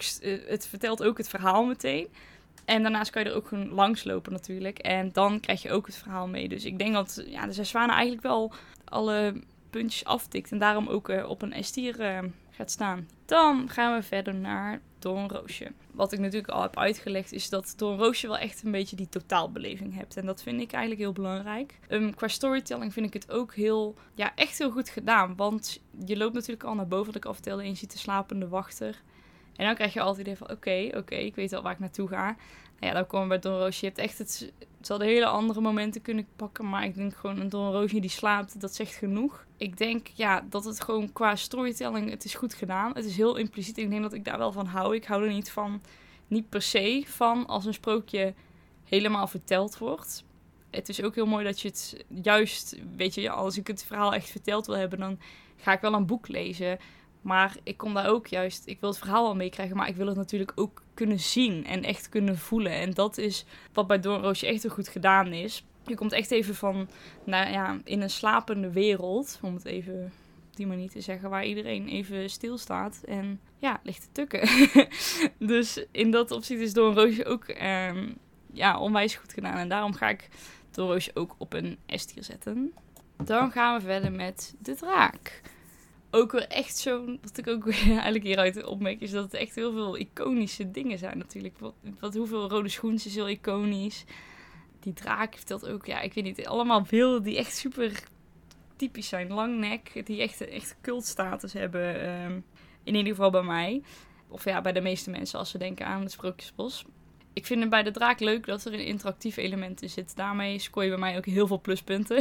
het vertelt ook het verhaal meteen. En daarnaast kan je er ook gewoon langslopen natuurlijk. En dan krijg je ook het verhaal mee. Dus ik denk dat de 6 Zwanen eigenlijk wel alle puntjes aftikt. En daarom ook op een S-tier gaat staan. Dan gaan we verder naar Doornroosje. Wat ik natuurlijk al heb uitgelegd is dat Doornroosje wel echt een beetje die totaalbeleving hebt. En dat vind ik eigenlijk heel belangrijk. Qua storytelling vind ik het ook echt heel goed gedaan. Want je loopt natuurlijk al naar boven, wat ik al vertelde. En je ziet de slapende wachter. En dan krijg je altijd even oké, ik weet al waar ik naartoe ga. Nou ja, dan komen we bij Doornroosje. Je hebt echt het zal de hele andere momenten kunnen pakken. Maar ik denk gewoon een Doornroosje die slaapt, dat zegt genoeg. Ik denk dat het gewoon qua storytelling, het is goed gedaan. Het is heel impliciet. Ik denk dat ik daar wel van hou. Ik hou er niet per se van als een sprookje helemaal verteld wordt. Het is ook heel mooi dat je het juist, weet je, als ik het verhaal echt verteld wil hebben, dan ga ik wel een boek lezen. Maar ik kom daar ook ik wil het verhaal wel meekrijgen, maar ik wil het natuurlijk ook kunnen zien en echt kunnen voelen. En dat is wat bij Doornroosje echt heel goed gedaan is. Je komt echt even in een slapende wereld, om het even op die manier te zeggen, waar iedereen even stilstaat en ligt te tukken. Dus in dat opzicht is Doornroosje ook onwijs goed gedaan. En daarom ga ik Doornroosje ook op een S-tier zetten. Dan gaan we verder met de draak. Ook weer echt zo, wat ik ook eigenlijk hieruit opmerk, is dat het echt heel veel iconische dingen zijn natuurlijk. Hoeveel rode schoens is heel iconisch. Die draak vertelt ook, ik weet niet, allemaal beelden die echt super typisch zijn. Lang nek, die echt cultstatus hebben, in ieder geval bij mij. Of bij de meeste mensen als ze denken aan het Sprookjesbos. Ik vind het bij de draak leuk dat er een interactief element in zit. Daarmee scoor je bij mij ook heel veel pluspunten.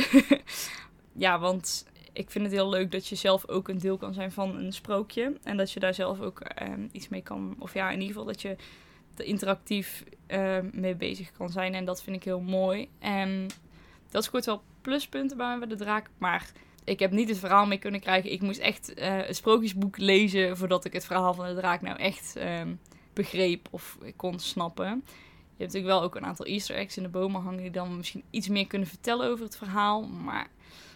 Want ik vind het heel leuk dat je zelf ook een deel kan zijn van een sprookje. En dat je daar zelf ook iets mee kan. Of in ieder geval dat je er interactief mee bezig kan zijn. En dat vind ik heel mooi. En dat scoort wel pluspunten bij mij bij de draak. Maar ik heb niet het verhaal mee kunnen krijgen. Ik moest echt het sprookjesboek lezen voordat ik het verhaal van de draak nou echt begreep of kon snappen. Je hebt natuurlijk wel ook een aantal Easter eggs in de bomen hangen die dan misschien iets meer kunnen vertellen over het verhaal. Maar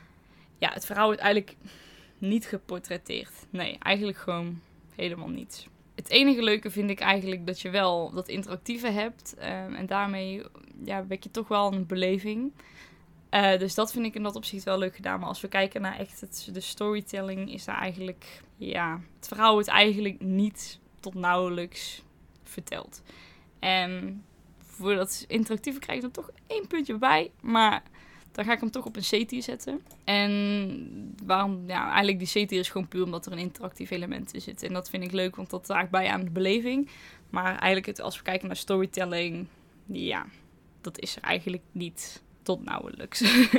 het verhaal wordt eigenlijk niet geportretteerd. Nee, eigenlijk gewoon helemaal niet. Het enige leuke vind ik eigenlijk dat je wel dat interactieve hebt. En daarmee wek je toch wel een beleving. Dus dat vind ik in dat opzicht wel leuk gedaan. Maar als we kijken naar echt de storytelling, is daar eigenlijk... het verhaal wordt eigenlijk niet tot nauwelijks verteld. En voor dat interactieve krijg ik dan toch 1 puntje bij. Maar dan ga ik hem toch op een C-tier zetten. En waarom? Eigenlijk die C-tier is gewoon puur omdat er een interactief element in zit. En dat vind ik leuk, want dat draagt bij aan de beleving. Maar eigenlijk als we kijken naar storytelling, dat is er eigenlijk niet tot nauwelijks.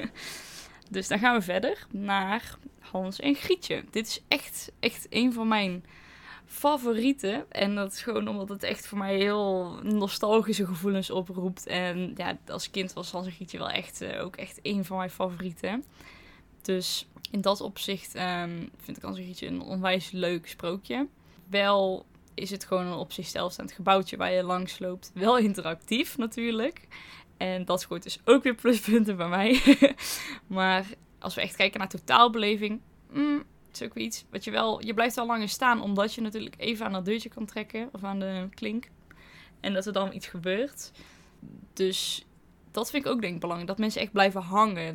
Dus dan gaan we verder naar Hans en Grietje. Dit is echt een van mijn favorieten. En dat is gewoon omdat het echt voor mij heel nostalgische gevoelens oproept. En als kind was Hans en Grietje wel ook echt een van mijn favorieten. Dus in dat opzicht vind ik Hans en Grietje een onwijs leuk sprookje. Wel is het gewoon een op zichzelf staand gebouwtje waar je langs loopt. Wel interactief natuurlijk. En dat scoort dus ook weer pluspunten bij mij. Maar als we echt kijken naar totaalbeleving, het is ook weer iets wat je blijft wel langer staan, omdat je natuurlijk even aan dat deurtje kan trekken of aan de klink. En dat er dan iets gebeurt. Dus dat vind ik ook denk ik belangrijk, dat mensen echt blijven hangen.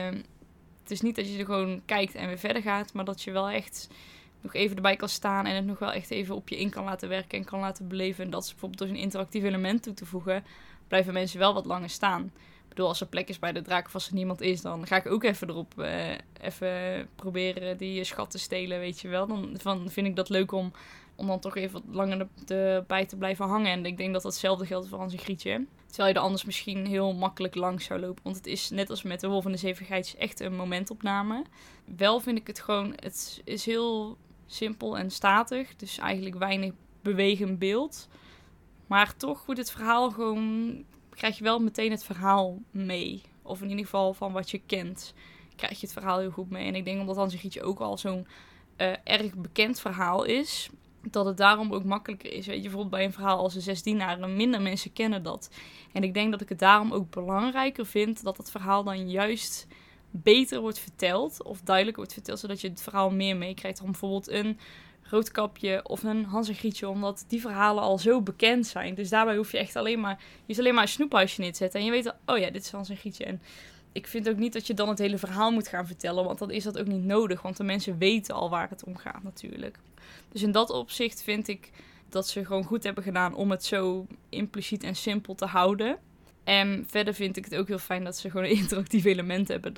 Het is niet dat je er gewoon kijkt en weer verder gaat, maar dat je wel echt nog even erbij kan staan en het nog wel echt even op je in kan laten werken en kan laten beleven. En dat is bijvoorbeeld door een interactief element toe te voegen, blijven mensen wel wat langer staan. bedoel, als er plek is bij de draak of als er niemand is, dan ga ik ook even erop even proberen die schat te stelen, weet je wel. Dan vind ik dat leuk om dan toch even wat langer erbij te blijven hangen. En ik denk dat hetzelfde geldt voor Hans en Grietje. Terwijl je er anders misschien heel makkelijk langs zou lopen. Want het is net als met de Wolf en de Zeven Geitjes echt een momentopname. Wel vind ik het gewoon, het is heel simpel en statig. Dus eigenlijk weinig bewegend beeld. Maar toch wordt het verhaal gewoon, krijg je wel meteen het verhaal mee. Of in ieder geval van wat je kent, krijg je het verhaal heel goed mee. En ik denk omdat Hans en Grietje ook al zo'n erg bekend verhaal is, dat het daarom ook makkelijker is. Weet je, bijvoorbeeld bij een verhaal als de 6 dienaren, minder mensen kennen dat. En ik denk dat ik het daarom ook belangrijker vind dat het verhaal dan juist beter wordt verteld. Of duidelijker wordt verteld, zodat je het verhaal meer meekrijgt. Dan bijvoorbeeld een Roodkapje of een Hans en Grietje, omdat die verhalen al zo bekend zijn. Dus daarbij hoef je echt alleen maar een snoephuisje neer te zetten. En je weet al, oh ja, dit is Hans en Grietje. En ik vind ook niet dat je dan het hele verhaal moet gaan vertellen, want dan is dat ook niet nodig. Want de mensen weten al waar het om gaat natuurlijk. Dus in dat opzicht vind ik dat ze gewoon goed hebben gedaan om het zo impliciet en simpel te houden. En verder vind ik het ook heel fijn dat ze gewoon een interactief element hebben.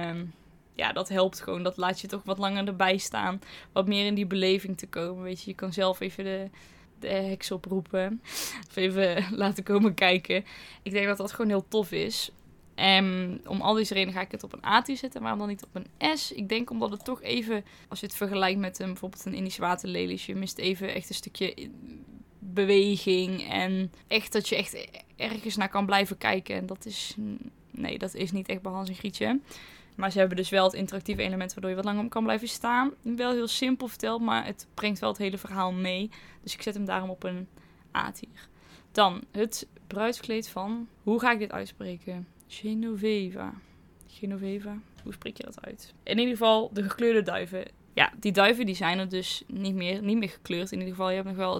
Dat helpt gewoon. Dat laat je toch wat langer erbij staan. Wat meer in die beleving te komen. Weet je kan zelf even de heks oproepen. Of even laten komen kijken. Ik denk dat dat gewoon heel tof is. En om al deze redenen ga ik het op een A zetten, waarom dan niet op een S? Ik denk omdat het toch even, als je het vergelijkt met bijvoorbeeld een Indische waterlelie, je mist even echt een stukje beweging en echt dat je echt ergens naar kan blijven kijken. En dat is niet echt bij Hans en Grietje. Maar ze hebben dus wel het interactieve element waardoor je wat langer op kan blijven staan. Wel heel simpel verteld, maar het brengt wel het hele verhaal mee. Dus ik zet hem daarom op een A-tier. Dan het bruidskleed van, hoe ga ik dit uitspreken? Genoveva, hoe spreek je dat uit? In ieder geval de gekleurde duiven. Ja, die duiven die zijn er dus niet meer gekleurd. In ieder geval, je hebt nog wel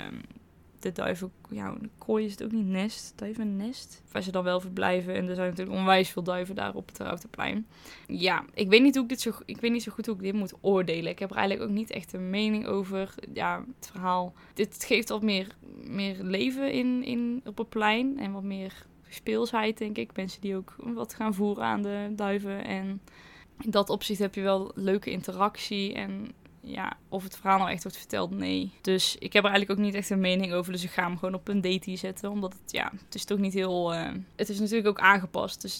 de duiven, ja, een kooi is het ook niet, nest, duivennest. Waar ze dan wel verblijven. En er zijn natuurlijk onwijs veel duiven daar op het Rauterplein. Ja, ik weet niet zo goed hoe ik dit moet oordelen. Ik heb er eigenlijk ook niet echt een mening over. Ja, het verhaal. Dit geeft wat meer leven in op het plein. En wat meer speelsheid, denk ik. Mensen die ook wat gaan voeren aan de duiven. En in dat opzicht heb je wel leuke interactie. En ja, of het verhaal nou echt wordt verteld, nee. Dus ik heb er eigenlijk ook niet echt een mening over. Dus ik ga hem gewoon op een date zetten. Omdat het is toch niet heel... het is natuurlijk ook aangepast. Dus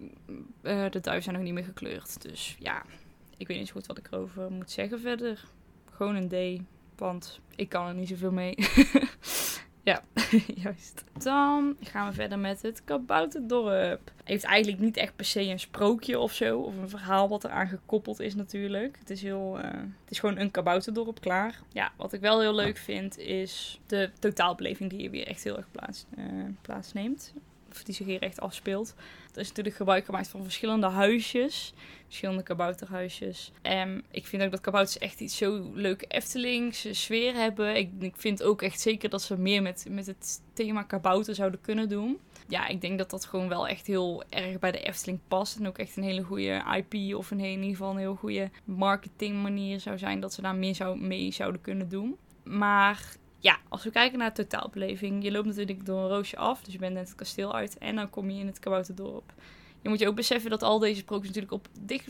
de duiven zijn nog niet meer gekleurd. Dus ja, ik weet niet zo goed wat ik erover moet zeggen verder. Gewoon een D. Want ik kan er niet zoveel mee. Ja, juist. Dan gaan we verder met het Kabouterdorp. Heeft eigenlijk niet echt per se een sprookje of zo. Of een verhaal wat eraan gekoppeld is natuurlijk. Het is gewoon een kabouterdorp, klaar. Ja, wat ik wel heel leuk vind is de totaalbeleving die hier weer echt heel erg plaatsneemt. Of die zich hier echt afspeelt. Er is natuurlijk gebruik gemaakt van verschillende huisjes. Verschillende kabouterhuisjes. En ik vind ook dat kabouters echt iets zo leuke Eftelingse sfeer hebben. Ik vind ook echt zeker dat ze meer met het thema kabouter zouden kunnen doen. Ja, ik denk dat dat gewoon wel echt heel erg bij de Efteling past. En ook echt een hele goede IP of in ieder geval een heel goede marketingmanier zou zijn. Dat ze daar meer mee zouden kunnen doen. Maar ja, als we kijken naar de totaalbeleving. Je loopt natuurlijk door een roosje af. Dus je bent net het kasteel uit. En dan kom je in het Kabouterdorp. Je moet je ook beseffen dat al deze sprookjes natuurlijk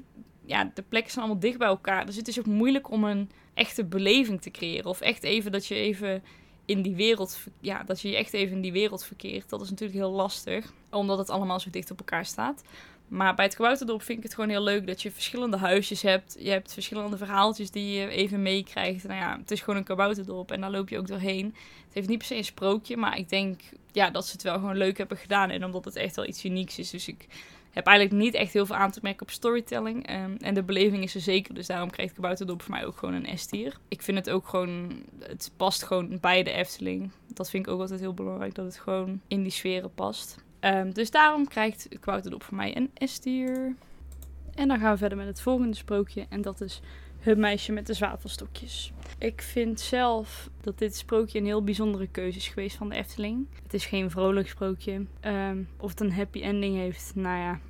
de plekken zijn allemaal dicht bij elkaar. Dus het is ook moeilijk om een echte beleving te creëren. Of echt even dat je even in die wereld... Ja, dat je echt even in die wereld verkeert. Dat is natuurlijk heel lastig. Omdat het allemaal zo dicht op elkaar staat. Maar bij het Kabouterdorp vind ik het gewoon heel leuk dat je verschillende huisjes hebt. Je hebt verschillende verhaaltjes die je even meekrijgt. Nou ja, het is gewoon een Kabouterdorp en daar loop je ook doorheen. Het heeft niet per se een sprookje, maar ik denk dat ze het wel gewoon leuk hebben gedaan. En omdat het echt wel iets unieks is. Dus ik heb eigenlijk niet echt heel veel aan te merken op storytelling. En de beleving is er zeker. Dus daarom krijgt Kabouterdorp voor mij ook gewoon een S-tier. Ik vind het ook gewoon... Het past gewoon bij de Efteling. Dat vind ik ook altijd heel belangrijk. Dat het gewoon in die sferen past. Dus daarom krijgt Kabouterdorp voor mij een S-tier. En dan gaan we verder met het volgende sprookje. En dat is Het meisje met de zwavelstokjes. Ik vind zelf dat dit sprookje een heel bijzondere keuze is geweest van de Efteling. Het is geen vrolijk sprookje. Of het een happy ending heeft, nou ja.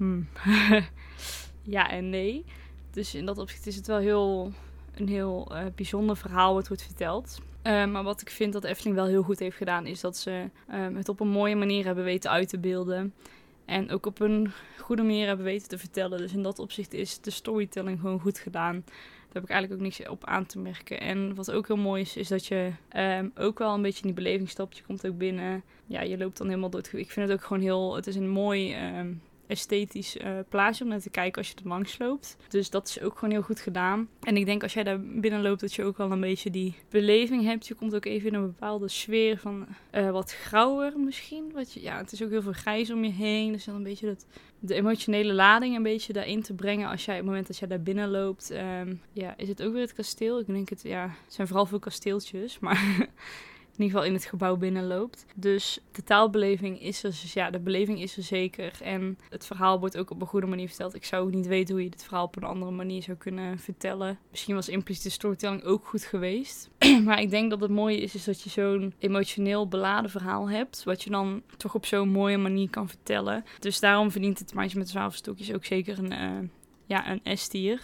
Ja en nee. Dus in dat opzicht is het wel een heel bijzonder verhaal wat wordt verteld. Maar wat ik vind dat de Efteling wel heel goed heeft gedaan, is dat ze het op een mooie manier hebben weten uit te beelden. En ook op een goede manier hebben weten te vertellen. Dus in dat opzicht is de storytelling gewoon goed gedaan. Daar heb ik eigenlijk ook niks op aan te merken. En wat ook heel mooi is dat je ook wel een beetje in die beleving stapt. Je komt ook binnen. Ja, je loopt dan helemaal door het... Ik vind het ook gewoon heel... Het is een mooi... esthetisch plaatje om naar te kijken als je er langs loopt. Dus dat is ook gewoon heel goed gedaan. En ik denk als jij daar binnen loopt dat je ook wel een beetje die beleving hebt. Je komt ook even in een bepaalde sfeer van wat grauwer misschien. Het is ook heel veel grijs om je heen. Dus dan een beetje de emotionele lading een beetje daarin te brengen als jij op het moment dat jij daar binnen loopt. Is het ook weer het kasteel? Ik denk het zijn vooral veel kasteeltjes, maar... in ieder geval in het gebouw binnenloopt. Dus de taalbeleving is er, dus de beleving is er zeker. En het verhaal wordt ook op een goede manier verteld. Ik zou ook niet weten hoe je dit verhaal op een andere manier zou kunnen vertellen. Misschien was impliciete storytelling ook goed geweest. Maar ik denk dat het mooie is dat je zo'n emotioneel beladen verhaal hebt, wat je dan toch op zo'n mooie manier kan vertellen. Dus daarom verdient het Meisje met de Zwavelstokjes ook zeker een S-tier.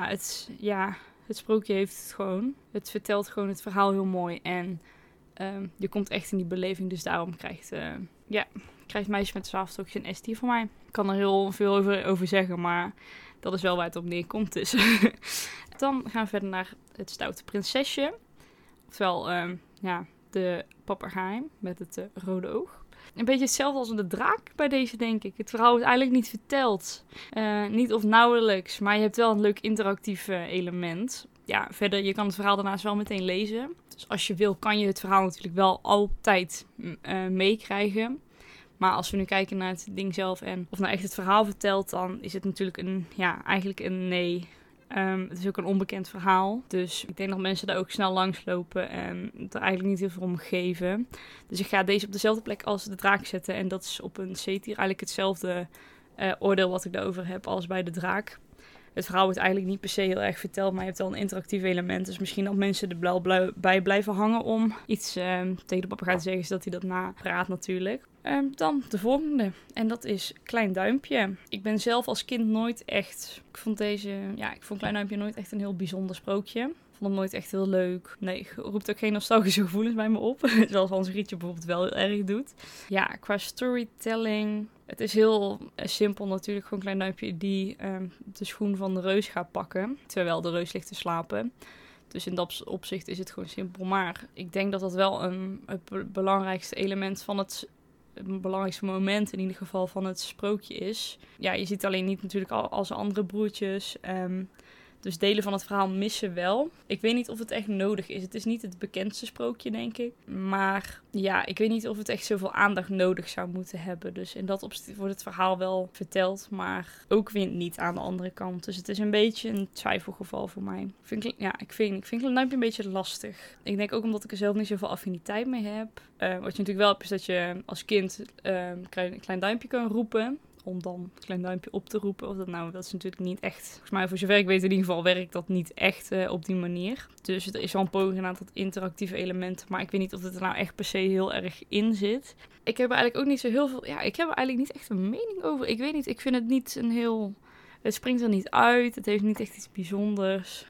Het sprookje heeft het gewoon. Het vertelt gewoon het verhaal heel mooi en... je komt echt in die beleving, dus daarom krijgt Meisje met de Zwavelstokjes een S-tier van mij. Ik kan er heel veel over zeggen, maar dat is wel waar het op neerkomt. Dus. Dan gaan we verder naar het Stoute Prinsesje. Oftewel, de papegaai met het rode oog. Een beetje hetzelfde als de draak bij deze, denk ik. Het verhaal is eigenlijk niet verteld. Niet of nauwelijks, maar je hebt wel een leuk interactief element. Ja, verder, je kan het verhaal daarnaast wel meteen lezen. Dus als je wil, kan je het verhaal natuurlijk wel altijd meekrijgen. Maar als we nu kijken naar het ding zelf en of nou echt het verhaal vertelt, dan is het natuurlijk eigenlijk een nee. Het is ook een onbekend verhaal. Dus ik denk dat mensen daar ook snel langs lopen en er eigenlijk niet heel veel om geven. Dus ik ga deze op dezelfde plek als de draak zetten. En dat is op een C-tier eigenlijk hetzelfde oordeel wat ik daarover heb als bij de draak. Het verhaal wordt eigenlijk niet per se heel erg verteld, maar je hebt wel een interactief element. Dus misschien dat mensen er wel bij blijven hangen om iets tegen de papegaai te zeggen, zodat hij dat napraat natuurlijk. Dan de volgende. En dat is Klein Duimpje. Ik ben zelf als kind nooit echt... Ik vond Klein Duimpje nooit echt een heel bijzonder sprookje. Ik vond hem nooit echt heel leuk. Nee, roept ook geen nostalgische gevoelens bij me op. Zoals Hans Grietje bijvoorbeeld wel heel erg doet. Ja, qua storytelling... Het is heel simpel natuurlijk. Gewoon Klein Duimpje die de schoen van de reus gaat pakken. Terwijl de reus ligt te slapen. Dus in dat opzicht is het gewoon simpel. Maar ik denk dat dat wel het belangrijkste element van het belangrijkste moment in ieder geval van het sprookje is. Ja, je ziet alleen niet natuurlijk al zijn andere broertjes. Dus delen van het verhaal missen wel. Ik weet niet of het echt nodig is. Het is niet het bekendste sprookje, denk ik. Maar ja, ik weet niet of het echt zoveel aandacht nodig zou moeten hebben. Dus in dat opzicht wordt het verhaal wel verteld, maar ook weer niet aan de andere kant. Dus het is een beetje een twijfelgeval voor mij. Ik vind Klein Duimpje een beetje lastig. Ik denk ook omdat ik er zelf niet zoveel affiniteit mee heb. Wat je natuurlijk wel hebt, is dat je als kind Klein Duimpje kan roepen. Om dan Klein Duimpje op te roepen. Dat is natuurlijk niet echt... Volgens mij, voor zover ik weet in ieder geval, werkt dat niet echt op die manier. Dus er is wel een poging gedaan tot interactieve elementen. Maar ik weet niet of het er nou echt per se heel erg in zit. Ik heb er eigenlijk ook niet zo heel veel... Ja, ik heb er eigenlijk niet echt een mening over. Ik weet niet, ik vind het niet een heel... Het springt er niet uit. Het heeft niet echt iets bijzonders.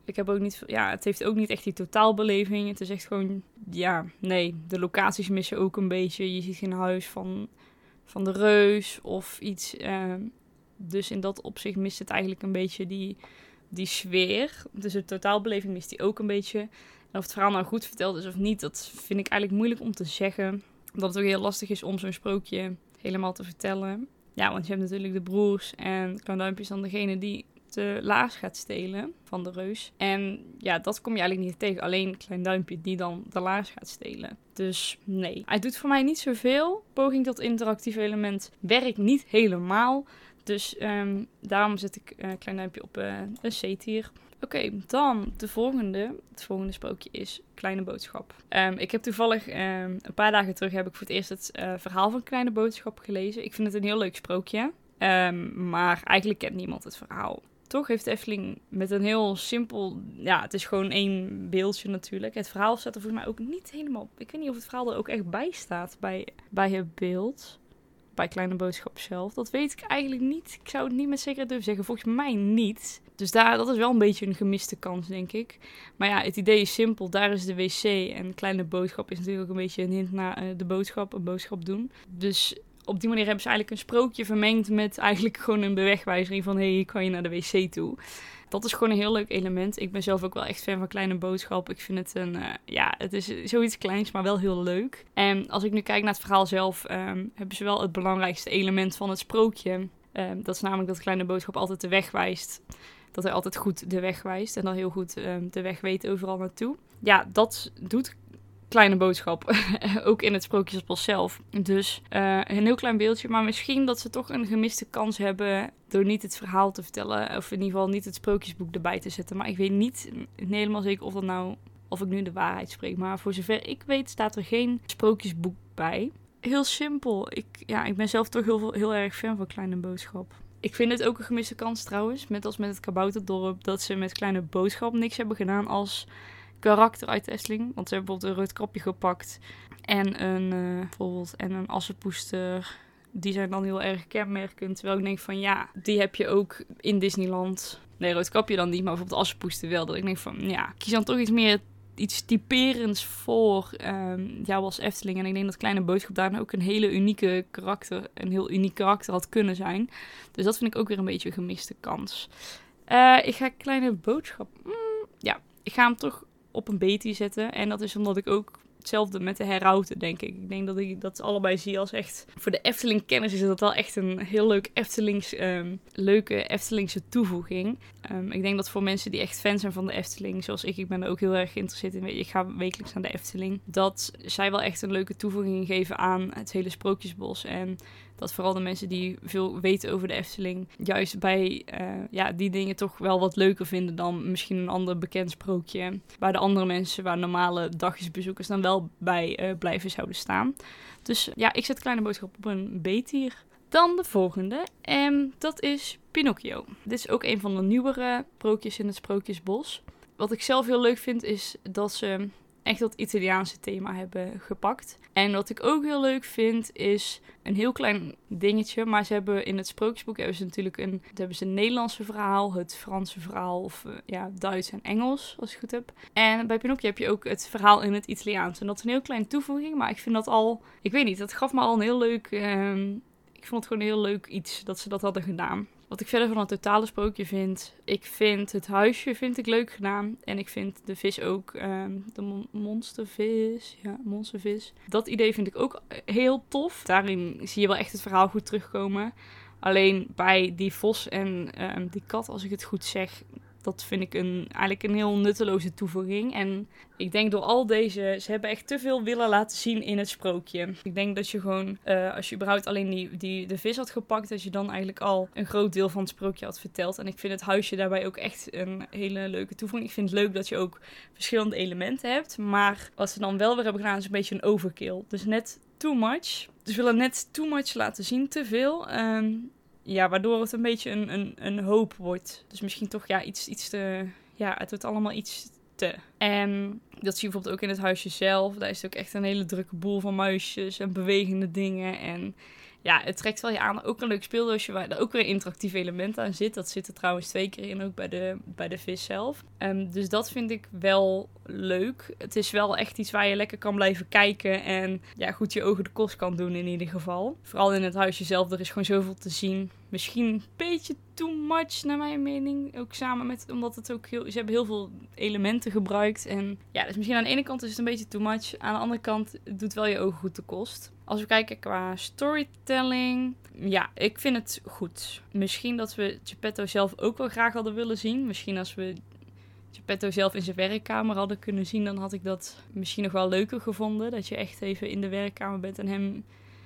Het heeft ook niet echt die totaalbeleving. Het is echt gewoon... Ja, nee. De locaties missen ook een beetje. Je ziet geen huis van de reus of iets. Dus in dat opzicht mist het eigenlijk een beetje die sfeer. Dus de totaalbeleving mist die ook een beetje. En of het verhaal nou goed verteld is of niet, dat vind ik eigenlijk moeilijk om te zeggen. Omdat het ook heel lastig is om zo'n sprookje helemaal te vertellen. Ja, want je hebt natuurlijk de broers en Klein Duimpje is dan degene die de laars gaat stelen van de reus. En ja, dat kom je eigenlijk niet tegen. Alleen Klein Duimpje die dan de laars gaat stelen. Dus nee. Hij doet voor mij niet zoveel. Poging tot interactief element werkt niet helemaal. Dus daarom zet ik Klein Duimpje op een C-tier. Oké, dan de volgende. Het volgende sprookje is Kleine Boodschap. Ik heb toevallig een paar dagen terug heb ik voor het eerst het verhaal van Kleine Boodschap gelezen. Ik vind het een heel leuk sprookje. Maar eigenlijk kent niemand het verhaal. Toch heeft Efteling met een heel simpel... Ja, het is gewoon 1 beeldje natuurlijk. Het verhaal staat er volgens mij ook niet helemaal... Ik weet niet of het verhaal er ook echt bij staat bij het beeld. Bij Kleine Boodschap zelf. Dat weet ik eigenlijk niet. Ik zou het niet met zekerheid durven zeggen. Volgens mij niet. Dus dat is wel een beetje een gemiste kans, denk ik. Maar ja, het idee is simpel. Daar is de wc. En Kleine Boodschap is natuurlijk ook een beetje een hint naar de boodschap. Een boodschap doen. Dus op die manier hebben ze eigenlijk een sprookje vermengd met eigenlijk gewoon een bewegwijzering van hier kan je naar de wc toe. Dat is gewoon een heel leuk element. Ik ben zelf ook wel echt fan van Kleine Boodschap. Ik vind het het is zoiets kleins, maar wel heel leuk. En als ik nu kijk naar het verhaal zelf, hebben ze wel het belangrijkste element van het sprookje. Dat is namelijk dat Kleine Boodschap altijd de weg wijst. Dat hij altijd goed de weg wijst en dan heel goed de weg weet overal naartoe. Ja, dat doet Kleine Boodschap, ook in het Sprookjesbos zelf. Dus een heel klein beeldje, maar misschien dat ze toch een gemiste kans hebben door niet het verhaal te vertellen, of in ieder geval niet het sprookjesboek erbij te zetten. Maar ik weet niet helemaal zeker of ik nu de waarheid spreek. Maar voor zover ik weet staat er geen sprookjesboek bij. Heel simpel. Ik ben zelf toch heel erg fan van Kleine Boodschap. Ik vind het ook een gemiste kans trouwens, net als met het Kabouterdorp, dat ze met Kleine Boodschap niks hebben gedaan als karakter uit de Efteling. Want ze hebben bijvoorbeeld een Roodkapje gepakt en een Assepoester. Die zijn dan heel erg kenmerkend. Terwijl ik denk van ja, die heb je ook in Disneyland. Nee, Roodkapje dan niet, maar bijvoorbeeld Assepoester wel. Dat ik denk van ja, kies dan toch iets typerends voor jou als Efteling. En ik denk dat Kleine Boodschap daar ook een heel uniek karakter had kunnen zijn. Dus dat vind ik ook weer een beetje een gemiste kans. Ik ga Kleine Boodschap... ik ga hem toch op een B-tier zetten. En dat is omdat ik ook hetzelfde met de Herauten, denk ik. Ik denk dat ik dat allebei zie als echt... Voor de Efteling-kenners is dat wel echt een heel leuk leuke Eftelingse toevoeging. Ik denk dat voor mensen die echt fan zijn van de Efteling, zoals ik ben er ook heel erg geïnteresseerd in. Ik ga wekelijks naar de Efteling. Dat zij wel echt een leuke toevoeging geven aan het hele Sprookjesbos. En dat vooral de mensen die veel weten over de Efteling, juist bij die dingen toch wel wat leuker vinden dan misschien een ander bekend sprookje. Waar de andere mensen, waar normale dagjesbezoekers dan wel bij blijven zouden staan. Dus ja, ik zet Kleine Boodschap op een B-tier. Dan de volgende. En dat is Pinocchio. Dit is ook een van de nieuwere sprookjes in het Sprookjesbos. Wat ik zelf heel leuk vind is dat ze echt dat Italiaanse thema hebben gepakt. En wat ik ook heel leuk vind is een heel klein dingetje. Maar ze hebben in het sprookjesboek hebben ze een Nederlandse verhaal, het Franse verhaal of Duits en Engels, als ik het goed heb. En bij Pinocchio heb je ook het verhaal in het Italiaans. En dat is een heel kleine toevoeging, maar ik vind dat al... Ik weet niet, dat gaf me al een heel leuk... ik vond het gewoon een heel leuk iets dat ze dat hadden gedaan. Wat ik verder van het totale sprookje vind... Ik vind het huisje leuk gedaan. En ik vind de vis ook... de monstervis. Ja, monstervis. Dat idee vind ik ook heel tof. Daarin zie je wel echt het verhaal goed terugkomen. Alleen bij die vos en die kat, als ik het goed zeg... Dat vind ik eigenlijk een heel nutteloze toevoeging. En ik denk door al deze... Ze hebben echt te veel willen laten zien in het sprookje. Ik denk dat je gewoon... als je überhaupt alleen de vis had gepakt... Dat je dan eigenlijk al een groot deel van het sprookje had verteld. En ik vind het huisje daarbij ook echt een hele leuke toevoeging. Ik vind het leuk dat je ook verschillende elementen hebt. Maar wat ze dan wel weer hebben gedaan is een beetje een overkill. Dus net too much. Dus we willen net too much laten zien. Te veel. Waardoor het een beetje een hoop wordt. Dus misschien toch iets te... Ja, het wordt allemaal iets te. En dat zie je bijvoorbeeld ook in het huisje zelf. Daar is ook echt een hele drukke boel van muisjes en bewegende dingen. En ja, het trekt wel je aan. Ook een leuk speeldoosje waar er ook weer een interactief element aan zit. Dat zit er trouwens 2 keer in, ook bij de vis zelf. Dus dat vind ik wel leuk. Het is wel echt iets waar je lekker kan blijven kijken. En ja, goed je ogen de kost kan doen in ieder geval. Vooral in het huisje zelf, er is gewoon zoveel te zien. Misschien een beetje too much naar mijn mening. Ook samen met, omdat het ook ze hebben heel veel elementen gebruikt. En ja, dus misschien aan de ene kant is het een beetje too much. Aan de andere kant doet wel je ogen goed de kost. Als we kijken qua storytelling, ja, ik vind het goed. Misschien dat we Geppetto zelf ook wel graag hadden willen zien. Misschien als we Geppetto zelf in zijn werkkamer hadden kunnen zien, dan had ik dat misschien nog wel leuker gevonden. Dat je echt even in de werkkamer bent en hem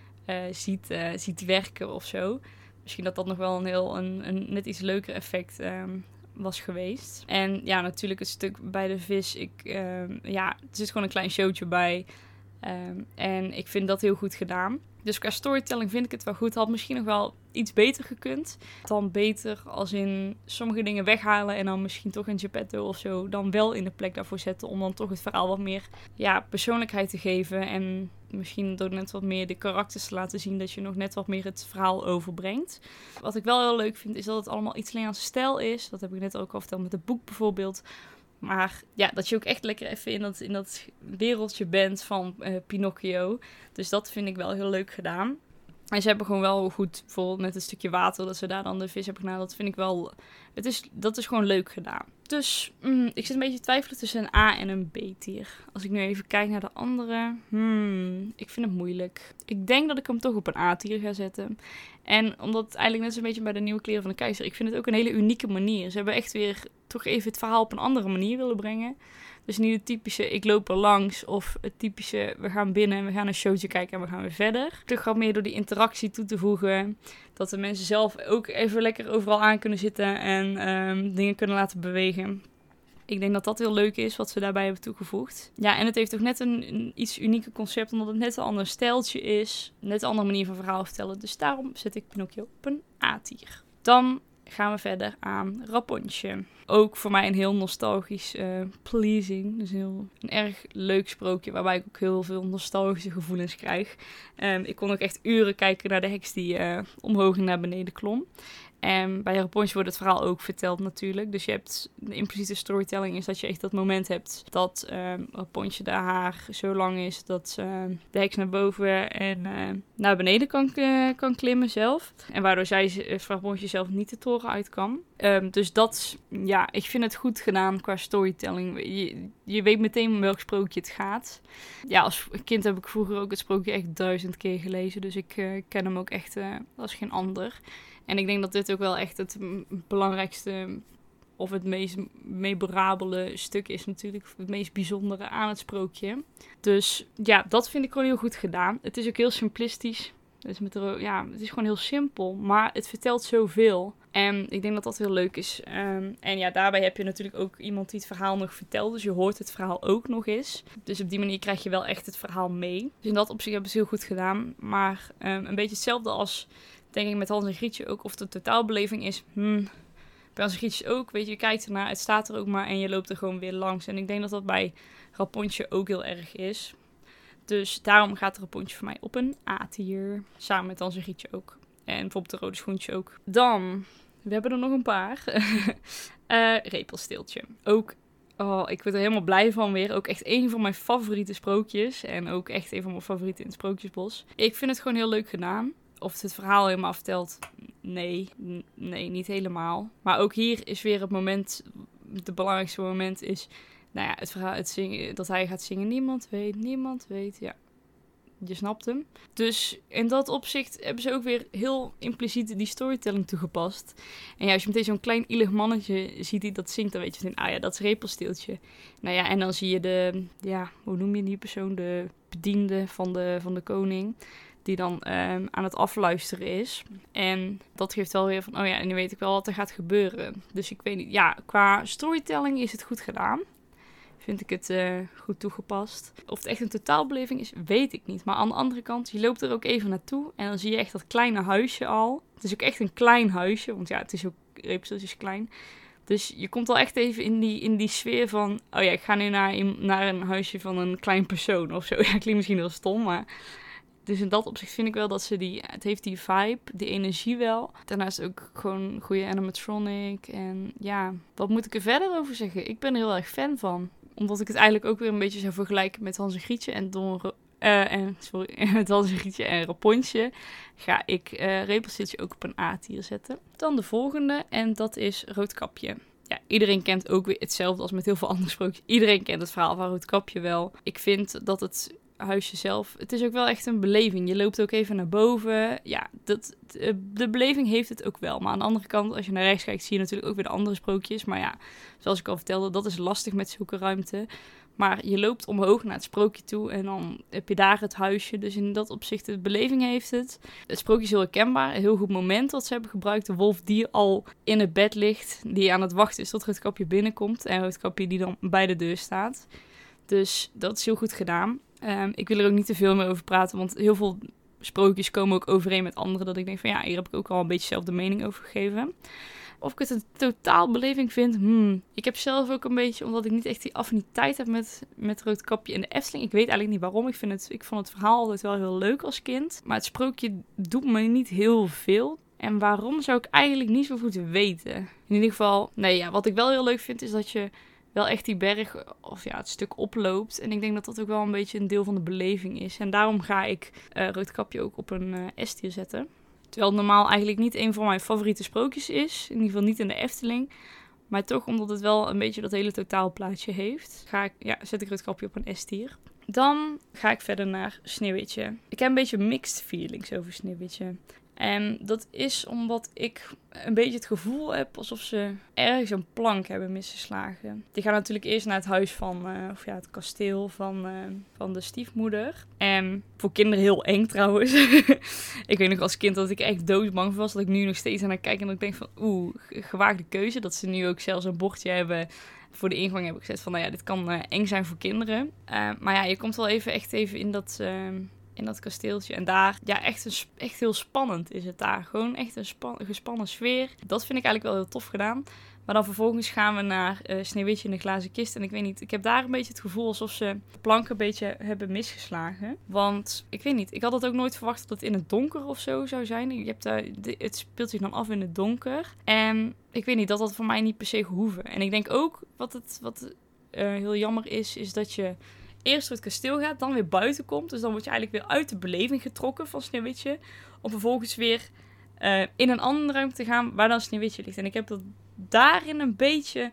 ziet werken of zo. Misschien dat dat nog wel een net iets leuker effect was geweest. En ja, natuurlijk het stuk bij de vis. Er zit gewoon een klein showtje bij. En ik vind dat heel goed gedaan. Dus qua storytelling vind ik het wel goed. Had misschien nog wel iets beter gekund. Dan beter als in sommige dingen weghalen en dan misschien toch een Geppetto of zo dan wel in de plek daarvoor zetten. Om dan toch het verhaal wat meer persoonlijkheid te geven. En misschien door net wat meer de karakters te laten zien dat je nog net wat meer het verhaal overbrengt. Wat ik wel heel leuk vind is dat het allemaal Italiaanse stijl is. Dat heb ik net ook al verteld met het boek bijvoorbeeld. Maar ja, dat je ook echt lekker even in dat wereldje bent van Pinocchio. Dus dat vind ik wel heel leuk gedaan. En ze hebben gewoon wel goed, bijvoorbeeld met een stukje water, dat ze daar dan de vis hebben gedaan. Dat vind ik wel, dat is gewoon leuk gedaan. Dus ik zit een beetje te twijfelen tussen een A en een B-tier. Als ik nu even kijk naar de andere, ik vind het moeilijk. Ik denk dat ik hem toch op een A-tier ga zetten. En omdat het eigenlijk net zo'n beetje bij de Nieuwe Kleren van de Keizer, ik vind het ook een hele unieke manier. Ze hebben echt weer toch even het verhaal op een andere manier willen brengen. Dus niet het typische, ik loop er langs, of het typische, we gaan binnen en we gaan een showtje kijken en we gaan weer verder. Toch gaat meer door die interactie toe te voegen, dat de mensen zelf ook even lekker overal aan kunnen zitten en dingen kunnen laten bewegen. Ik denk dat dat heel leuk is, wat ze daarbij hebben toegevoegd. Ja, en het heeft ook net een iets unieke concept, omdat het net een ander stijltje is. Net een andere manier van verhaal vertellen. Dus daarom zet ik Pinocchio op een A-tier. Dan gaan we verder aan Rapunzel. Ook voor mij een heel nostalgisch pleasing. Dus een erg leuk sprookje waarbij ik ook heel veel nostalgische gevoelens krijg. Ik kon ook echt uren kijken naar de heks die omhoog en naar beneden klom. En bij Rapunzel wordt het verhaal ook verteld natuurlijk. Dus je hebt de impliciete storytelling is dat je echt dat moment hebt dat Rapunzel de haar zo lang is dat de heks naar boven en naar beneden kan klimmen zelf. En waardoor Rapunzel zelf niet de toren uit kan. Dus dat, ja, ik vind het goed gedaan qua storytelling. Je weet meteen om welk sprookje het gaat. Ja, als kind heb ik vroeger ook het sprookje echt 1000 keer gelezen. Dus ik ken hem ook echt als geen ander. En ik denk dat dit ook wel echt het belangrijkste of het meest memorabele stuk is natuurlijk. Het meest bijzondere aan het sprookje. Dus ja, dat vind ik gewoon heel goed gedaan. Het is ook heel simplistisch. Dus het is gewoon heel simpel, maar het vertelt zoveel. En ik denk dat dat heel leuk is. En ja, daarbij heb je natuurlijk ook iemand die het verhaal nog vertelt. Dus je hoort het verhaal ook nog eens. Dus op die manier krijg je wel echt het verhaal mee. Dus in dat opzicht hebben ze heel goed gedaan. Maar een beetje hetzelfde als, denk ik, met Hans en Grietje ook. Of de totaalbeleving is, bij Hans en Grietje ook. Weet je kijkt ernaar, het staat er ook maar en je loopt er gewoon weer langs. En ik denk dat dat bij Rapunzel ook heel erg is. Dus daarom gaat Rapunzel voor mij op een A-tier. Samen met Hans en Grietje ook. En bijvoorbeeld de rode schoentje ook. Dan, we hebben er nog een paar. Repelsteeltje. Ook, ik word er helemaal blij van weer. Ook echt een van mijn favoriete sprookjes. En ook echt een van mijn favorieten in het Sprookjesbos. Ik vind het gewoon heel leuk gedaan. Of het verhaal helemaal vertelt, nee, niet helemaal. Maar ook hier is weer het belangrijkste moment is, nou ja, het verhaal, het zingen, dat hij gaat zingen. Niemand weet, ja. Je snapt hem. Dus in dat opzicht hebben ze ook weer heel impliciet die storytelling toegepast. En ja, als je meteen zo'n klein ielig mannetje ziet die dat zingt, dan weet je van, dat is Repelsteeltje. Nou ja, en dan zie je hoe noem je die persoon? De bediende van de koning. Die dan aan het afluisteren is. En dat geeft wel weer van, en nu weet ik wel wat er gaat gebeuren. Dus ik weet niet, ja, qua storytelling is het goed gedaan. Vind ik het goed toegepast. Of het echt een totaalbeleving is, weet ik niet. Maar aan de andere kant, je loopt er ook even naartoe. En dan zie je echt dat kleine huisje al. Het is ook echt een klein huisje. Want ja, het is ook, Repelsteeltje is klein. Dus je komt al echt even in die sfeer van, ik ga nu naar een huisje van een klein persoon of zo. Ja, klinkt misschien heel stom, maar dus in dat opzicht vind ik wel dat het heeft die vibe, die energie wel. Daarnaast ook gewoon goede animatronic. En ja, wat moet ik er verder over zeggen? Ik ben er heel erg fan van. Omdat ik het eigenlijk ook weer een beetje zou vergelijken met Hans en Grietje met Hans en Grietje en Rapunzel ga ik Repelsteeltje ook op een A-tier zetten. Dan de volgende en dat is Roodkapje. Ja, iedereen kent ook weer hetzelfde als met heel veel andere sprookjes. Iedereen kent het verhaal van Roodkapje wel. Ik vind dat het huisje zelf, het is ook wel echt een beleving. Je loopt ook even naar boven. Ja, de beleving heeft het ook wel. Maar aan de andere kant, als je naar rechts kijkt, zie je natuurlijk ook weer de andere sprookjes. Maar ja, zoals ik al vertelde, dat is lastig met zulke ruimte. Maar je loopt omhoog naar het sprookje toe en dan heb je daar het huisje. Dus in dat opzicht, de beleving heeft het. Het sprookje is heel herkenbaar. Een heel goed moment wat ze hebben gebruikt. De wolf die al in het bed ligt, die aan het wachten is tot Roodkapje binnenkomt. En Roodkapje die dan bij de deur staat. Dus dat is heel goed gedaan. Ik wil er ook niet te veel meer over praten, want heel veel sprookjes komen ook overeen met anderen. Dat ik denk van hier heb ik ook al een beetje zelf de mening over gegeven. Of ik het een totaalbeleving vind, ik heb zelf ook een beetje, omdat ik niet echt die affiniteit heb met Roodkapje en de Efteling. Ik weet eigenlijk niet waarom. Ik vond het verhaal altijd wel heel leuk als kind. Maar het sprookje doet me niet heel veel. En waarom zou ik eigenlijk niet zo goed weten. In ieder geval, wat ik wel heel leuk vind is dat je wel echt die berg of ja, het stuk oploopt. En ik denk dat dat ook wel een beetje een deel van de beleving is. En daarom ga ik Roodkapje ook op een S-tier zetten. Terwijl het normaal eigenlijk niet een van mijn favoriete sprookjes is. In ieder geval niet in de Efteling. Maar toch, omdat het wel een beetje dat hele totaalplaatje heeft, zet ik Roodkapje op een S-tier. Dan ga ik verder naar Sneeuwwitje. Ik heb een beetje mixed feelings over Sneeuwwitje. En dat is omdat ik een beetje het gevoel heb alsof ze ergens een plank hebben misgeslagen. Die gaan natuurlijk eerst naar het huis van, het kasteel van de stiefmoeder. En voor kinderen heel eng trouwens. Ik weet nog als kind dat ik echt doodsbang was. Dat ik nu nog steeds aan haar kijk en dat ik denk van gewaagde keuze. Dat ze nu ook zelfs een bordje hebben voor de ingang hebben gezet van dit kan eng zijn voor kinderen. Maar ja, je komt wel echt even in dat kasteeltje. En daar, echt heel spannend is het daar. Gewoon echt een gespannen sfeer. Dat vind ik eigenlijk wel heel tof gedaan. Maar dan vervolgens gaan we naar Sneeuwwitje in de glazen kist. En ik weet niet, ik heb daar een beetje het gevoel alsof ze de plank een beetje hebben misgeslagen. Want, ik weet niet, ik had het ook nooit verwacht dat het in het donker of zo zou zijn. Het speelt zich dan af in het donker. En ik weet niet, dat voor mij niet per se gehoeven. En ik denk ook, wat heel jammer is dat je eerst door het kasteel gaat, dan weer buiten komt. Dus dan word je eigenlijk weer uit de beleving getrokken van Sneeuwwitje. Om vervolgens weer in een andere ruimte te gaan waar dan Sneeuwwitje ligt. En ik heb dat daarin een beetje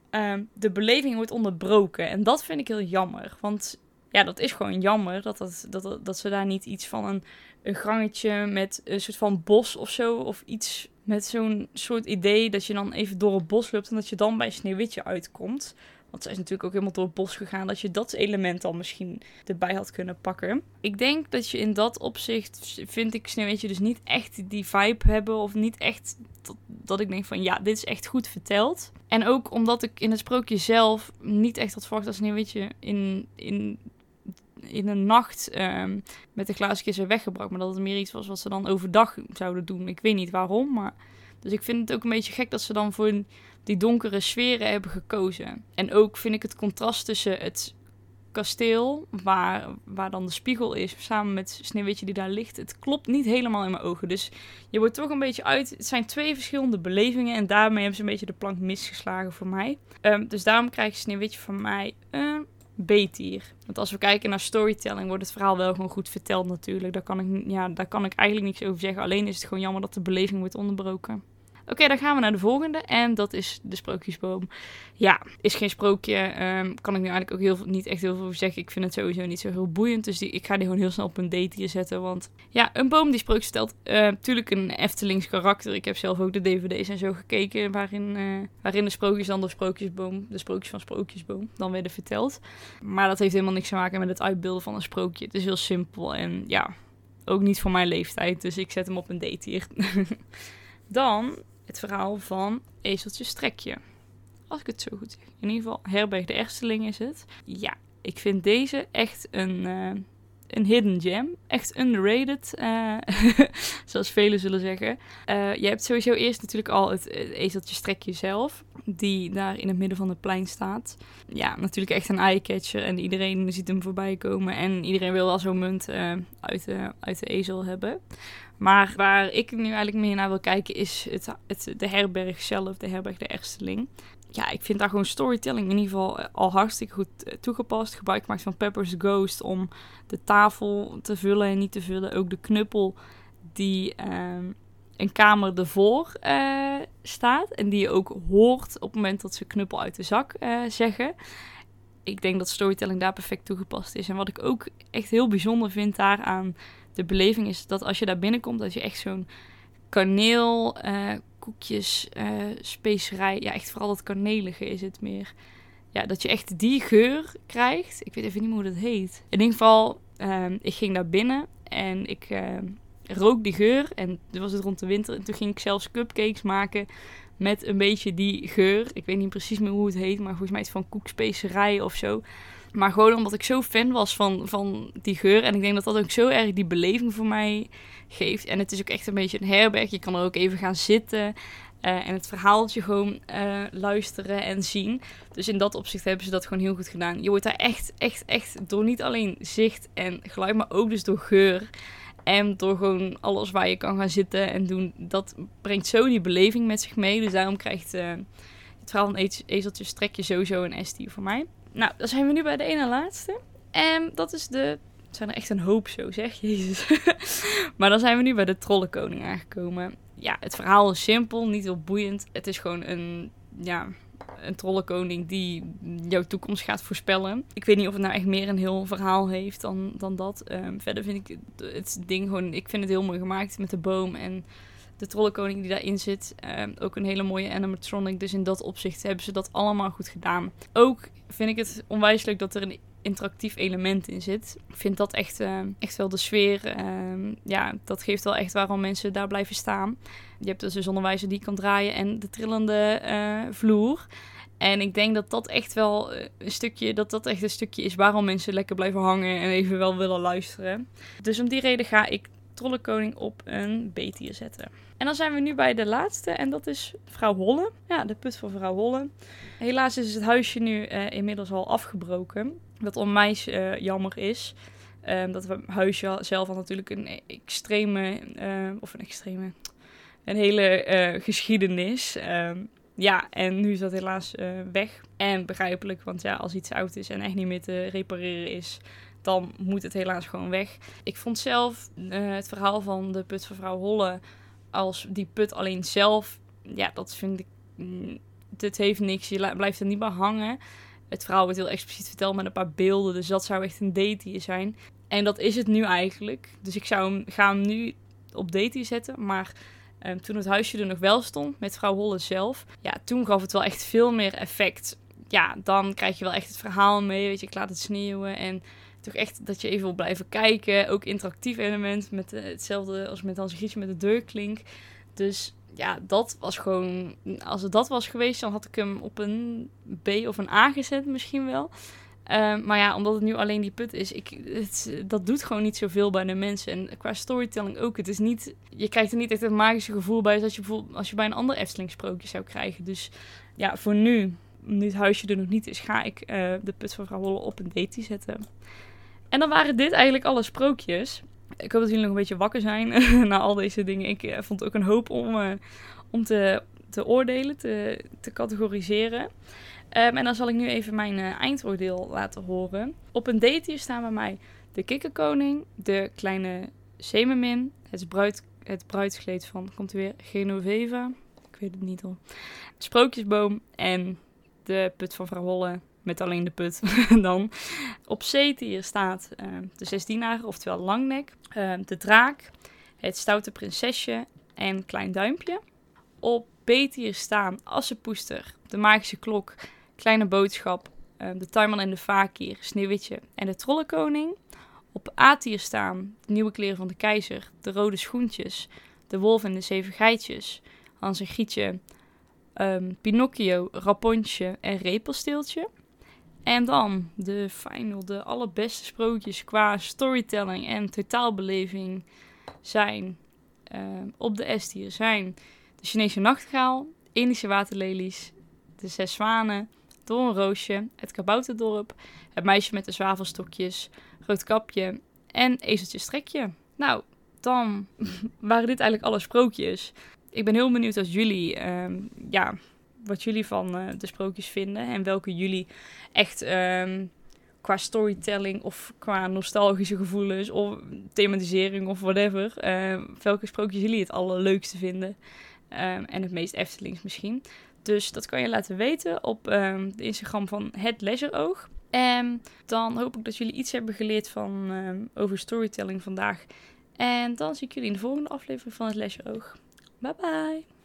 de beleving wordt onderbroken. En dat vind ik heel jammer. Want ja, dat is gewoon jammer dat ze daar niet iets van een gangetje met een soort van bos of zo. Of iets met zo'n soort idee dat je dan even door het bos loopt en dat je dan bij Sneeuwwitje uitkomt. Want zij is natuurlijk ook helemaal door het bos gegaan. Dat je dat element dan misschien erbij had kunnen pakken. Ik denk dat je in dat opzicht, vind ik Sneeuwwitje dus niet echt die vibe hebben. Of niet echt dat ik denk van dit is echt goed verteld. En ook omdat ik in het sprookje zelf niet echt had verwacht dat Sneeuwwitje in een nacht met de glazen kist weer weggebracht. Maar dat het meer iets was wat ze dan overdag zouden doen. Ik weet niet waarom, maar dus ik vind het ook een beetje gek dat ze dan voor die donkere sferen hebben gekozen. En ook vind ik het contrast tussen het kasteel, waar dan de spiegel is, samen met Sneeuwwitje die daar ligt. Het klopt niet helemaal in mijn ogen. Dus je wordt toch een beetje uit. Het zijn twee verschillende belevingen en daarmee hebben ze een beetje de plank misgeslagen voor mij. Dus daarom krijgt Sneeuwwitje van mij een B-tier. Want als we kijken naar storytelling, wordt het verhaal wel gewoon goed verteld natuurlijk. Daar kan ik eigenlijk niks over zeggen. Alleen is het gewoon jammer dat de beleving wordt onderbroken. Oké, dan gaan we naar de volgende. En dat is de Sprookjesboom. Ja, is geen sprookje. Kan ik nu eigenlijk ook niet echt heel veel over zeggen. Ik vind het sowieso niet zo heel boeiend. Dus ik ga die gewoon heel snel op een D-tier zetten. Want ja, een boom die sprookjes vertelt. Natuurlijk een Eftelings karakter. Ik heb zelf ook de dvd's en zo gekeken. Waarin de sprookjes dan de sprookjes van Sprookjesboom dan werden verteld. Maar dat heeft helemaal niks te maken met het uitbeelden van een sprookje. Het is heel simpel. En ja, ook niet voor mijn leeftijd. Dus ik zet hem op een D-tier. Dan het verhaal van Ezeltje Strekje. Als ik het zo goed zeg. In ieder geval, Herberg de Ersteling is het. Ja, ik vind deze echt een hidden gem. Echt underrated, zoals velen zullen zeggen. Je hebt sowieso eerst natuurlijk al het Ezeltje Strekje zelf, die daar in het midden van het plein staat. Ja, natuurlijk echt een eye-catcher en iedereen ziet hem voorbij komen. En iedereen wil wel zo'n munt uit de ezel hebben. Maar waar ik nu eigenlijk meer naar wil kijken is de herberg zelf, de Herberg de Ersteling. Ja, ik vind daar gewoon storytelling in ieder geval al hartstikke goed toegepast. Gebruik gemaakt van Pepper's Ghost om de tafel te vullen en niet te vullen. Ook de knuppel die een kamer ervoor staat. En die je ook hoort op het moment dat ze knuppel uit de zak zeggen. Ik denk dat storytelling daar perfect toegepast is. En wat ik ook echt heel bijzonder vind daaraan de beleving is dat als je daar binnenkomt, dat je echt zo'n kaneel, koekjes, specerij, ja echt vooral dat kanelige is het meer. Ja, dat je echt die geur krijgt. Ik weet even niet meer hoe dat heet. In ieder geval, ik ging daar binnen en ik rook die geur. En toen was het rond de winter en toen ging ik zelfs cupcakes maken met een beetje die geur. Ik weet niet precies meer hoe het heet, maar volgens mij is het van koekspecerij of zo. Maar gewoon omdat ik zo fan was van die geur. En ik denk dat dat ook zo erg die beleving voor mij geeft. En het is ook echt een beetje een herberg. Je kan er ook even gaan zitten. En het verhaaltje gewoon luisteren en zien. Dus in dat opzicht hebben ze dat gewoon heel goed gedaan. Je wordt daar echt door niet alleen zicht en geluid, maar ook dus door geur. En door gewoon alles waar je kan gaan zitten en doen. Dat brengt zo die beleving met zich mee. Dus daarom krijgt het verhaal van ezeltjes Strekje sowieso een S-tier voor mij. Nou, dan zijn we nu bij de ene laatste. En dat is het zijn er echt een hoop zo, zeg. Jezus. Maar dan zijn we nu bij de Trollenkoning aangekomen. Ja, het verhaal is simpel, niet heel boeiend. Het is gewoon een trollenkoning die jouw toekomst gaat voorspellen. Ik weet niet of het nou echt meer een heel verhaal heeft dan dat. Verder vind ik het ding gewoon... Ik vind het heel mooi gemaakt met de boom en de trollenkoning die daarin zit. Ook een hele mooie animatronic. Dus in dat opzicht hebben ze dat allemaal goed gedaan. Ook vind ik het onwijs leuk dat er een interactief element in zit. Ik vind dat echt wel de sfeer. Dat geeft wel echt waarom mensen daar blijven staan. Je hebt dus een zonnewijzer die kan draaien en de trillende vloer. En ik denk dat dat echt wel een stukje is waarom mensen lekker blijven hangen en even wel willen luisteren. Dus om die reden ga ik Trollenkoning op een B-tier zetten. En dan zijn we nu bij de laatste en dat is Vrouw Holle. Ja, de put van Vrouw Holle. Helaas is het huisje nu inmiddels al afgebroken. Wat onwijs jammer is. Dat huisje zelf al natuurlijk een hele geschiedenis. En nu is dat helaas weg. En begrijpelijk, want ja, als iets oud is en echt niet meer te repareren is, dan moet het helaas gewoon weg. Ik vond zelf het verhaal van de put van Vrouw Holle als die put alleen zelf, ja, dat vind ik, dit heeft niks. Je blijft er niet bij hangen. Het verhaal wordt heel expliciet verteld met een paar beelden, dus dat zou echt een D-tier zijn. En dat is het nu eigenlijk. Dus ik ga hem nu op D-tier zetten, maar toen het huisje er nog wel stond, met Vrouw Holle zelf, ja, toen gaf het wel echt veel meer effect. Ja, dan krijg je wel echt het verhaal mee, weet je, ik laat het sneeuwen en toch echt dat je even wil blijven kijken. Ook interactief element, met hetzelfde als met Hans en Grietje met de deurklink. Dus ja, dat was gewoon, als het dat was geweest, dan had ik hem op een B of een A gezet misschien wel. Maar ja, omdat het nu alleen die put is, dat doet gewoon niet zoveel bij de mensen. En qua storytelling ook. Het is niet, je krijgt er niet echt het magische gevoel bij als je bijvoorbeeld als je bij een ander Efteling sprookje zou krijgen. Dus ja, voor nu het huisje er nog niet is, ga ik de put van Vrouw Holle op een D zetten. En dan waren dit eigenlijk alle sprookjes. Ik hoop dat jullie nog een beetje wakker zijn na al deze dingen. Ik vond het ook een hoop om te oordelen, te categoriseren. En dan zal ik nu even mijn eindoordeel laten horen. Op een D-tier staan bij mij de Kikkerkoning, de kleine Zeemermin, het bruidskleed van, komt er weer, Genoveva, ik weet het niet al, Sprookjesboom en de put van Vrouw Holle, met alleen de put dan. Op C-tier staat de 16-jarige, oftewel Langnek, de draak, het stoute prinsesje en Klein Duimpje. Op B-tier staan Assepoester, de magische klok, Kleine Boodschap, de Tuinman en de Fakir, Sneeuwwitje en de Trollenkoning. Op A-tier staan de nieuwe kleren van de keizer, de rode schoentjes, de wolf en de 7 geitjes, Hans en Grietje, Pinocchio, Rapontje en Repelsteeltje. En dan de final, de allerbeste sprookjes qua storytelling en totaalbeleving zijn op de S-tier zijn de Chinese nachtegaal, Indische waterlelies, de 6 zwanen, Doornroosje, het kabouterdorp, het meisje met de zwavelstokjes, Roodkapje en Ezeltje Strekje. Nou, dan waren dit eigenlijk alle sprookjes. Ik ben heel benieuwd als jullie, wat jullie van de sprookjes vinden en welke jullie echt qua storytelling of qua nostalgische gevoelens of thematisering of whatever, welke sprookjes jullie het allerleukste vinden en het meest Eftelings misschien. Dus dat kan je laten weten op de Instagram van Het Leisureoog. En dan hoop ik dat jullie iets hebben geleerd over storytelling vandaag. En dan zie ik jullie in de volgende aflevering van Het Leisureoog. Bye bye!